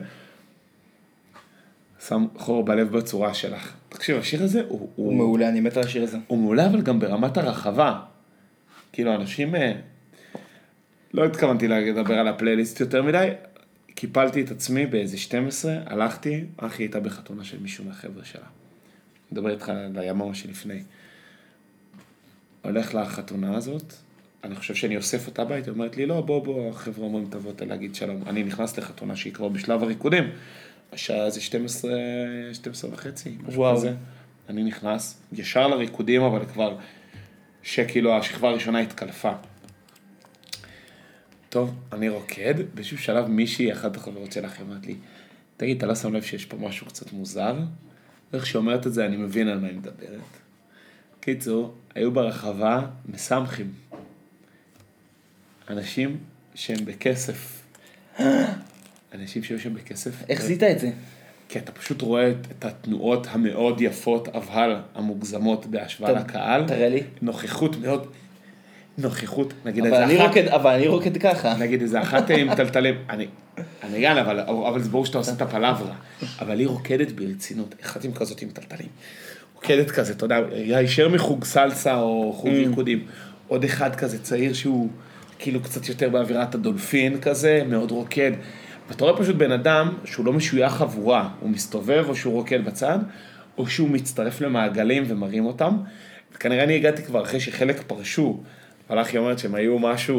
שם חור בלב בצורה שלך. תקשיב, השיר הזה הוא מעולה, אני מת על השיר הזה. הוא מעולה, אבל גם ברמת הרחבה. כאילו, אנשים... לא התכוונתי לדבר על הפלייליסט יותר מדי, קיפלתי את עצמי באיזה 12, הלכתי, אחי הייתה בחתונה של מישהו מהחבר'ה שלה. מדבר איתך על היממה שלפני. הולך לחתונה הזאת, אני חושב שאני אוסף אותה בית, היא אומרת לי, לא, בוא, החבר'ה אומרים תבוא להגיד שלום. אני נכנס לחתונה שהיא כבר בשלב הריקודים, השעה זה 12 וחצי, משהו כזה. אני נכנס, ישר לריקודים, אבל כבר שכאילו השכבה הראשונה התקלפה. טוב, אני רוקד, באיזשהו שלב מישהי, אחת החברות שלך, אמרת לי, תגיד, אתה לא שם לב שיש פה משהו קצת מוזר? איך שאומרת את זה, אני מבין על מה היא מדברת. קיצור, היו ברחבה מסמכים. אנשים שהם בכסף. אנשים שהיו שם בכסף. איך זית את זה? כי אתה פשוט רואה את התנועות המאוד יפות, אבהל, המוגזמות בהשוואה לקהל. תראה לי. נוכחות מאוד... נוכחות, נגיד אבל אני רוקד ככה. נגיד איזה אחת עם טלטלים, אני גם, אבל זה ברור שאתה עושה את הפלברה, אבל היא רוקדת ברצינות, אחת עם כזאת עם טלטלים, רוקדת כזה, אתה יודע, הישר מחוג סלסה או חוג ריקודים, עוד אחד כזה צעיר שהוא כאילו קצת יותר באווירת הדולפין כזה, מאוד רוקד, ואתה רואה פשוט בן אדם שהוא לא משוייך חבורה, הוא מסתובב או שהוא רוקד בצד, או שהוא מצטרף למעגלים ומרים אותם, וכנראה אני הגעתי כבר אחרי שחלק פרשו, אבל אחי אומרת שהם היו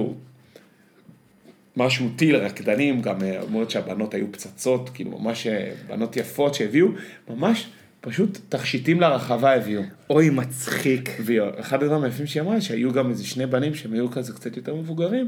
משהו טיל רקדנים, גם אומרת שהבנות היו פצצות, כאילו ממש בנות יפות שהביאו, ממש פשוט תכשיטים לרחבה הביאו. אוי, מצחיק. ואחד הדברים היפים שהיא אמרה, שהיו גם איזה שני בנים שהם היו כזה קצת יותר מבוגרים,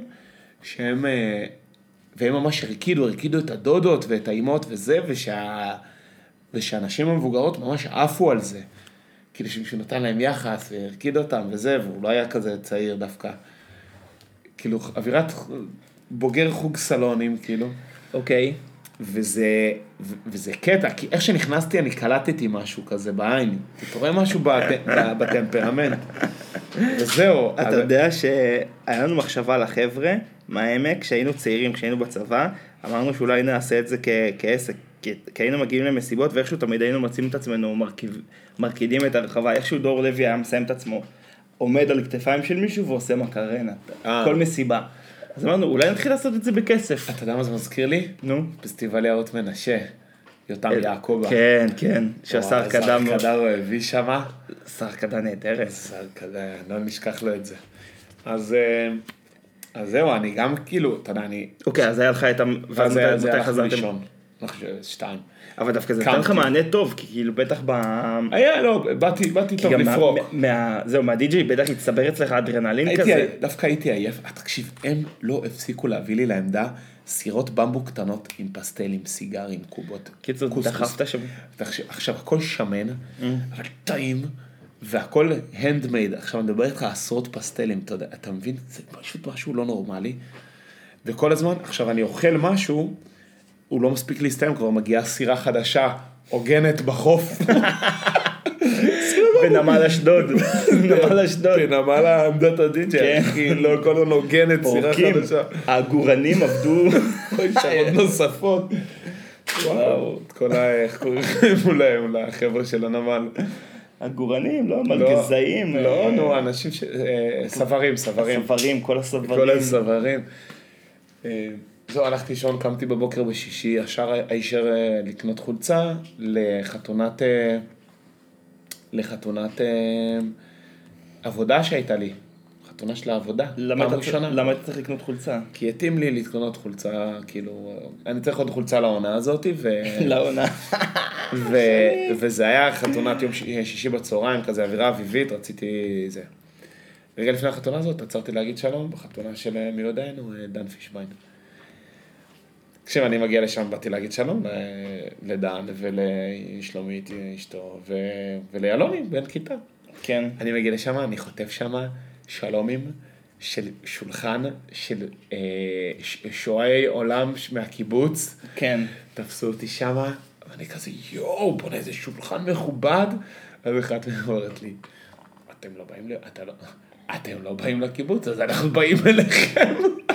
והם ממש הרקידו את הדודות ואת האימות וזה, ושהאנשים המבוגרות ממש עפו על זה. כאילו שמישהו נתן להם יחס והרקיד אותם וזה, והוא לא היה כזה צעיר דווקא. כאילו, אווירת בוגר חוג סלונים, כאילו. אוקיי. וזה קטע, כי איך שנכנסתי אני קלטתי משהו כזה בעין. אתה רואה משהו בטמפרמנט. וזהו. אתה יודע שהיה לנו מחשבה לחבר'ה, מהעמק, כשהיינו צעירים, כשהיינו בצבא, אמרנו שאולי נעשה את זה כעסק. כי היינו מגיעים למסיבות, ואיכשהו תמיד היינו מוצאים את עצמנו, מרקידים את הרחבה, איכשהו דור לוי היה מסיים את עצמו, עומד על כתפיים של מישהו ועושה מקרנה, כל מסיבה. אז אמרנו, אולי נתחיל לעשות את זה בכסף. אתה יודע מה זה מזכיר לי? נו. פסטיבל יערות מנשה, יותם יעקובה. כן, שהשר קדם. שר קדם הוא הביא שמה. שר קדם נהדרת. שר קדם, לא נשכח לו את זה. אז אז זהו, אני גם כאילו, אתה יודע, אני... אוקיי, אז היה לך את ואז זה הלך לישון. אני חושב, 2. אבל דווקא זה נתן לך מענה טוב, כי כאילו בטח היה, לא, באתי טוב לפרוק. זהו, מהדי-ג'יי בטח הצטבר אצלך אדרנלין כזה. דווקא הייתי עייף. תקשיב, הם לא הפסיקו להביא לי לעמדה סירות במבו קטנות עם פסטלים, סיגרים, קובות. קיצור, דחפת שם. עכשיו, הכל שמן, אבל טעים, והכל הנדמייד. עכשיו, אני מדבר איתך עשרות פסטלים, אתה מבין? זה פשוט משהו לא נורמלי. וכל הזמן, עכשיו אני אוכל משהו, הוא לא מספיק להסתיים, כבר מגיעה סירה חדשה, עוגנת בחוף. בנמל אשדוד. נמל אשדוד. בנמל העמדת הדי-ג'יי, אחי, לא כל הזמן עוגנת סירה חדשה. העגורנים עבדו. שעות נוספות. וואו, את כל איך קוראים להם, לחבר'ה של הנמל. עגורנים, לא, מלגזאים. לא, נו, אנשים סברים. סברים, כל הסברים. כל הסברים. זהו, הלכתי לישון, קמתי בבוקר בשישי, השאר הישר לקנות חולצה לחתונת עבודה שהייתה לי. חתונה של העבודה, פעם ראשונה. למה אתה צריך לקנות חולצה? כי התאים לי לקנות חולצה, כאילו, אני צריך עוד חולצה לעונה הזאת, לעונה. וזה היה חתונת יום שישי בצהריים, כזה אווירה אביבית, רציתי זה. רגע לפני החתונה הזאת, עצרתי להגיד שלום, בחתונה של מי יודענו, דן פישביין. כשאני מגיע לשם, באתי להגיד שלום לדן ולשלומית אשתו, וליאלומי, בן כיתה. כן. אני מגיע לשם, אני חוטף שם שלומים של שולחן של שועי עולם מהקיבוץ. כן. תפסו אותי שם, ואני כזה, יואו, בוא איזה שולחן מכובד. אז אחת אומרת לי, אתם לא באים לקיבוץ, אז אנחנו באים אליכם.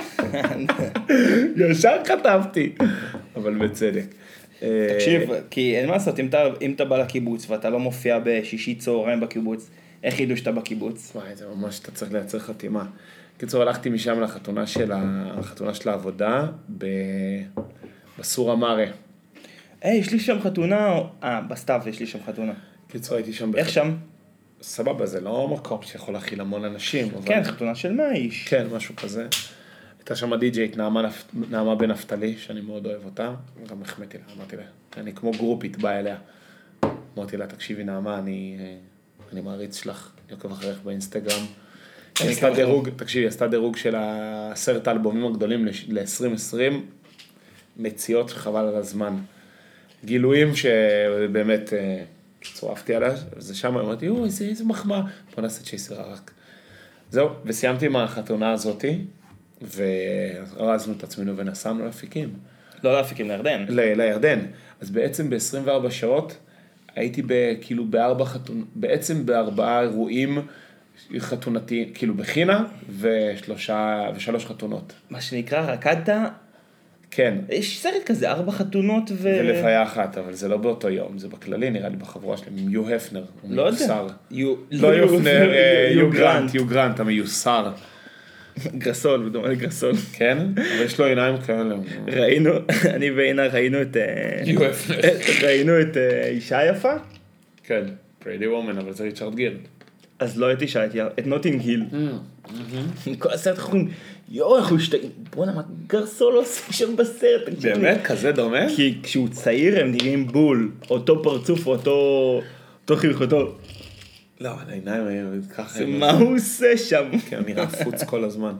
ישר כתבתי, אבל בצדק. תקשיב, כי אין מה לעשות, אם אתה בא לקיבוץ ואתה לא מופיע בשישי צהריים בקיבוץ, איך ידעו שאתה בקיבוץ? וואי, זה ממש, אתה צריך לייצר חתימה. קיצור, הלכתי משם לחתונה של העבודה בסור המרה. יש לי שם חתונה, בסתיו יש לי שם חתונה. קיצור, הייתי שם. איך שם? סבבה, זה לא מקום שיכול להכיל המון אנשים. כן, חתונה של 100 איש. כן, משהו כזה. הייתה שם די-ג'יית נעמה בן נפתלי, שאני מאוד אוהב אותה. גם החמאתי לה, אמרתי לה, אני כמו גרופית, באה אליה. אמרתי לה, תקשיבי נעמה, אני מעריץ שלך, אני עוקב אחריך באינסטגרם. היא עשתה דירוג של 10 האלבומים הגדולים ל-2020, מציאות חבל על הזמן. גילויים שבאמת צורפתי עליה, וזה שם אמרתי, איזה מחמאה, בוא נעשה צ'ייסר רק. זהו, וסיימתי עם החתונה הזאתי, והרזנו את עצמנו ונסענו לאפיקים. לא לאפיקים, לירדן. לירדן. אז בעצם ב-24 שעות, הייתי כאילו בעצם בארבעה אירועים חתונתי, כאילו בחינה, ושלוש חתונות. מה שנקרא, רקדת? כן. יש סרט כזה, 4 חתונות ולוויה אחת, אבל זה לא באותו יום, זה בכללי, נראה לי בחבורה שלהם, עם יו הפנר. לא יודע. לא יו הפנר, יו גרנט, המיוסר. גרסול, בדומה לגרסול. כן? אבל יש לו עיניים כאלה. ראינו, אני ואינה ראינו את... יו הפנר. ראינו את אישה יפה? כן, פריידי וומן, אבל זה ריצ'רד גיל. אז לא את אישה, את נוטינג היל. כל הסרט אנחנו אנחנו בוא'נה, מה גרסול עושה שם בסרט? באמת? כזה דומה? כי כשהוא צעיר הם נראים בול, אותו פרצוף, אותו חיוך, אותו... לא, העיניים היו ככה... מה הוא עושה שם? כן, הוא נראה פוץ כל הזמן.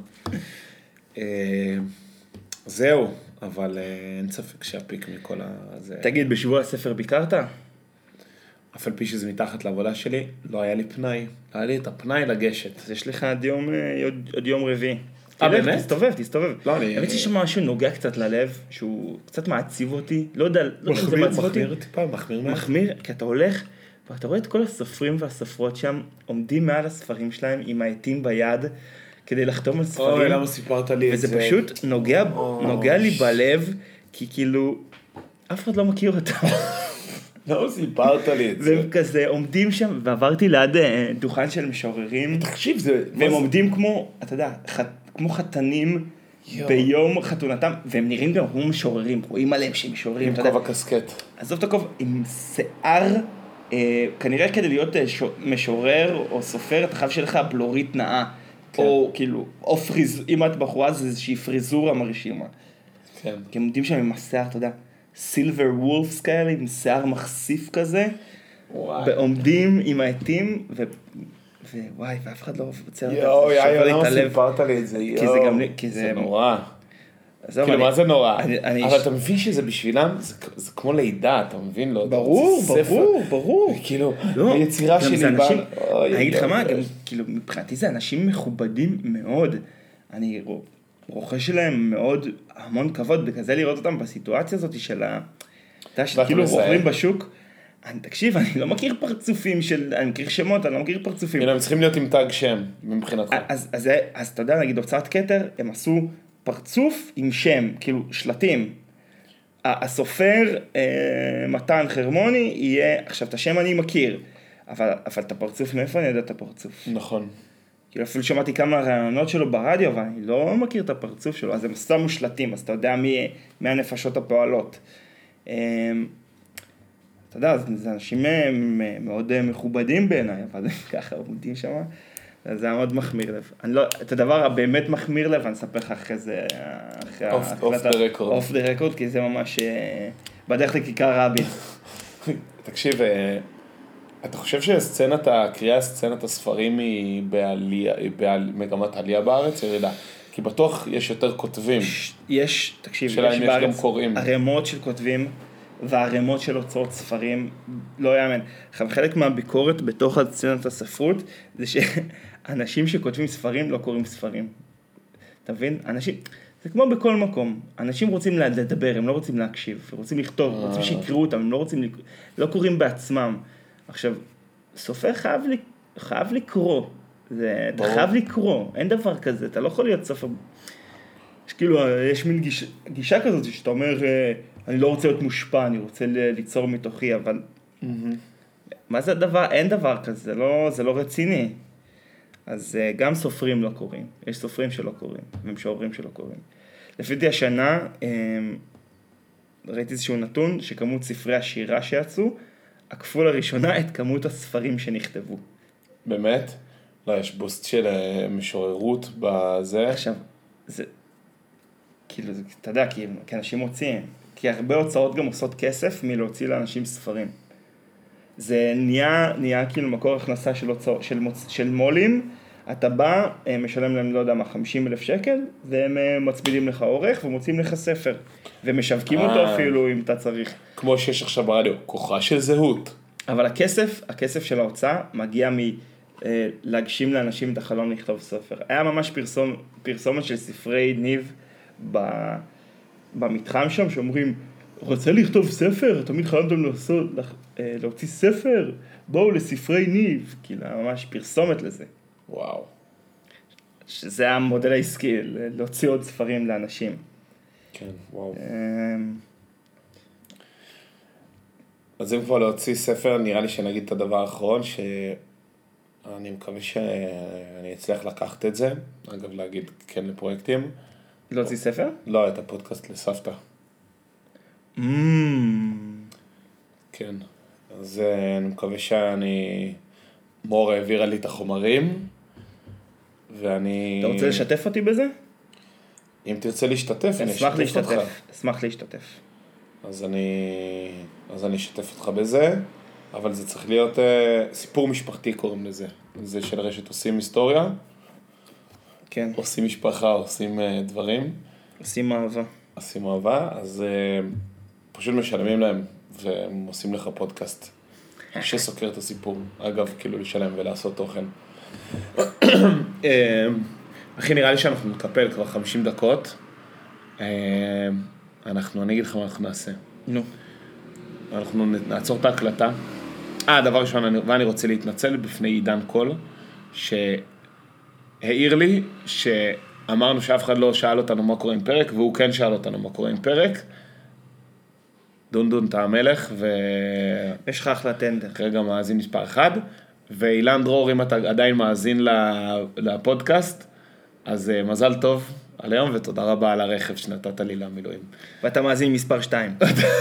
זהו, אבל אין ספק שהפיק מכל הזה... תגיד, בשבוע הספר ביקרת? אף על פי שזה מתחת לעבודה שלי, לא היה לי פנאי. היה לי את הפנאי לגשת. אז יש לך עוד יום רביעי. באמת? תסתובב. לא, אני... האמת שיש שם משהו נוגע קצת ללב, שהוא קצת מעציב אותי. לא יודע אם זה מעציב אותי. מחמיר טיפה, מחמיר. מחמיר, כי אתה הולך, ואתה רואה את כל הסופרים והסופרות שם, עומדים מעל הספרים שלהם עם העטים ביד, כדי לחתום על ספרים. אוי, למה סיפרת לי את זה? וזה פשוט נוגע לי בלב, כי כאילו, אף אחד לא מכיר אותם. לא סיפרת לי את זה. והם כזה עומדים שם, ועברתי ליד דוכן של משוררים. תחשיב, זה... והם עומדים כמו, אתה יודע, כמו חתנים ביום חתונתם, והם נראים גם כמו משוררים, רואים עליהם שהם משוררים. עם כובע קסקט. עזוב את הכובע, עם שיער, כנראה כדי להיות משורר או סופר, אתה חייב שלך בלורית נאה. או כאילו, אם את בחורה זה איזושהי פריזורה מרשימה. כן. כי הם עומדים שם עם השיער, אתה יודע, סילבר וולפס כאלה, עם שיער מחשיף כזה, ועומדים עם העטים, ווואי, ואף אחד לא רוצה את זה. יואו, למה סיפרת לי את זה? זה נורא. כאילו, מה זה נורא? אבל אתה מבין שזה בשבילם, זה כמו לידה, אתה מבין? ברור. כאילו, היצירה שלי באה... אני אגיד לך מה, גם, כאילו, מבחינתי זה אנשים מכובדים מאוד. אני רוכש להם מאוד המון כבוד, בכזה לראות אותם בסיטואציה הזאת של אתה שכאילו רוכבים בשוק. תקשיב, אני לא מכיר פרצופים אני מכיר שמות, אני לא מכיר פרצופים. הם צריכים להיות עם תג שם, מבחינתך. אז אתה יודע, נגיד, הוצאת כתר, הם עשו פרצוף עם שם, כאילו שלטים. הסופר מתן חרמוני יהיה, עכשיו את השם אני מכיר, אבל את הפרצוף, מאיפה אני יודע את הפרצוף? נכון. כאילו אפילו שמעתי כמה רעיונות שלו ברדיו, אבל אני לא מכיר את הפרצוף שלו, אז הם שמו שלטים, אז אתה יודע מי הנפשות הפועלות. אתה יודע, זה אנשים מאוד מכובדים בעיניי, אבל ככה עומדים שם. זה היה מאוד מחמיר לב. את הדבר הבאמת מחמיר לב, אני אספר לך אחרי זה, אוף דה רקורד, כי זה ממש בדרך לכיכר רבין. תקשיב, אתה חושב שסצנת הקריאה, סצנת הספרים היא במגמת עלייה בארץ, ירידה? כי בטוח יש יותר כותבים. תקשיב, יש בארץ ערימות של כותבים, והערימות של הוצאות ספרים, לא יאמן. חלק מהביקורת בתוך סצנת הספרות, זה שאנשים שכותבים ספרים לא קוראים ספרים. אתה מבין? זה כמו בכל מקום. אנשים רוצים לדבר, הם לא רוצים להקשיב, הם רוצים לכתוב, רוצים שיקראו אותם, הם לא קוראים בעצמם. עכשיו, סופר חייב לקרוא. אתה חייב לקרוא, אין דבר כזה, אתה לא יכול להיות סופר. יש מין גישה כזאת שאתה אומר, אני לא רוצה להיות מושפע, אני רוצה ליצור מתוכי, אבל מה זה הדבר? אין דבר כזה, זה לא רציני. אז גם סופרים לא קוראים, יש סופרים שלא קוראים, ומשוררים שלא קוראים. לפי דעתי השנה, ראיתי איזשהו נתון, שכמות ספרי השירה שיצאו, עקפו לראשונה את כמות הספרים שנכתבו. באמת? לא, יש בוסט של משוררות בזה. עכשיו, זה, כאילו, אתה יודע, כי אנשים מוציאים, כי הרבה הוצאות גם עושות כסף מלהוציא לאנשים ספרים. זה נהיה כאילו מקור הכנסה של מולים, אתה בא, משלם להם, לא יודע מה, 50,000 שקל, והם מצמידים לך עורך ומוצאים לך ספר, ומשווקים אותו אפילו אם אתה צריך. כמו שיש עכשיו ברדיו, כוחה של זהות. אבל הכסף של ההוצאה מגיע להגשים לאנשים את החלום לכתוב ספר. היה ממש פרסומת של ספרי ניב במתחם שם, שאומרים, רוצה לכתוב ספר? תמיד חלמתם להוציא ספר? בואו לספרי ניב. כאילו, ממש פרסומת לזה. וואו. שזה המודל העסקי, להוציא עוד ספרים לאנשים. כן, וואו. אז אם כבר להוציא ספר, נראה לי שנגיד את הדבר האחרון, שאני מקווה שאני אצליח לקחת את זה, אגב להגיד כן לפרויקטים. להוציא ספר? לא, את הפודקאסט לסבתא. כן, אז אני מקווה מור העבירה לי את החומרים, ואני... אתה רוצה לשתף אותי בזה? אם תרצה להשתתף, אני אשתף אותך. אשמח להשתתף. אז אני אשתף אותך בזה, אבל זה צריך להיות סיפור משפחתי קוראים לזה. זה של רשת עושים היסטוריה. כן. עושים משפחה, עושים דברים. עושים אהבה. עושים אהבה, אז פשוט משלמים להם, והם עושים לך פודקאסט שסוקר את הסיפור. אגב, כאילו לשלם ולעשות תוכן. אחי, נראה לי שאנחנו נקפל כבר 50 דקות. אני אגיד לך מה אנחנו נעשה. נו. אנחנו נעצור את ההקלטה. דבר ראשון, ואני רוצה להתנצל בפני עידן קול, שהעיר לי שאמרנו שאף אחד לא שאל אותנו מה קורה עם פרק, והוא כן שאל אותנו מה קורה עם פרק. דון אתה המלך, יש לך אחלה טנדר. כרגע מאזין מספר 1, ואילן דרור, אם אתה עדיין מאזין לפודקאסט, אז מזל טוב על היום, ותודה רבה על הרכב שנתת לי למילואים. ואתה מאזין מספר 2.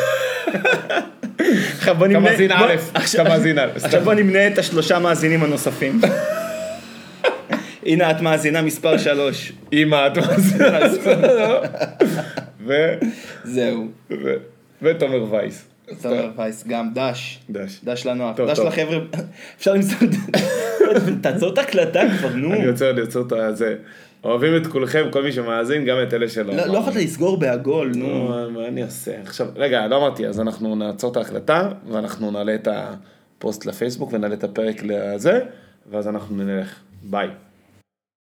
אתה מאזין א', אתה מאזין א'. עכשיו בוא נמנה את 3 מאזינים הנוספים. הנה את מאזינה מספר 3. אמא, את מאזינה. זהו. ותומר וייס. תומר וייס, גם דש. דש לנוח. טוב, דש טוב. לחבר'ה. אפשר למצוא... תעצור את ההקלטה כבר, נו. אני יוצר את זה. אוהבים את כולכם, כל מי שמאזין, גם את אלה שלא. לא יכולת לסגור בעגול, נו. מה אני אעשה? עכשיו, רגע, לא אמרתי, אז אנחנו נעצור את ההקלטה, ואנחנו נעלה את הפוסט לפייסבוק, ונעלה את הפרק לזה, ואז אנחנו נלך. ביי.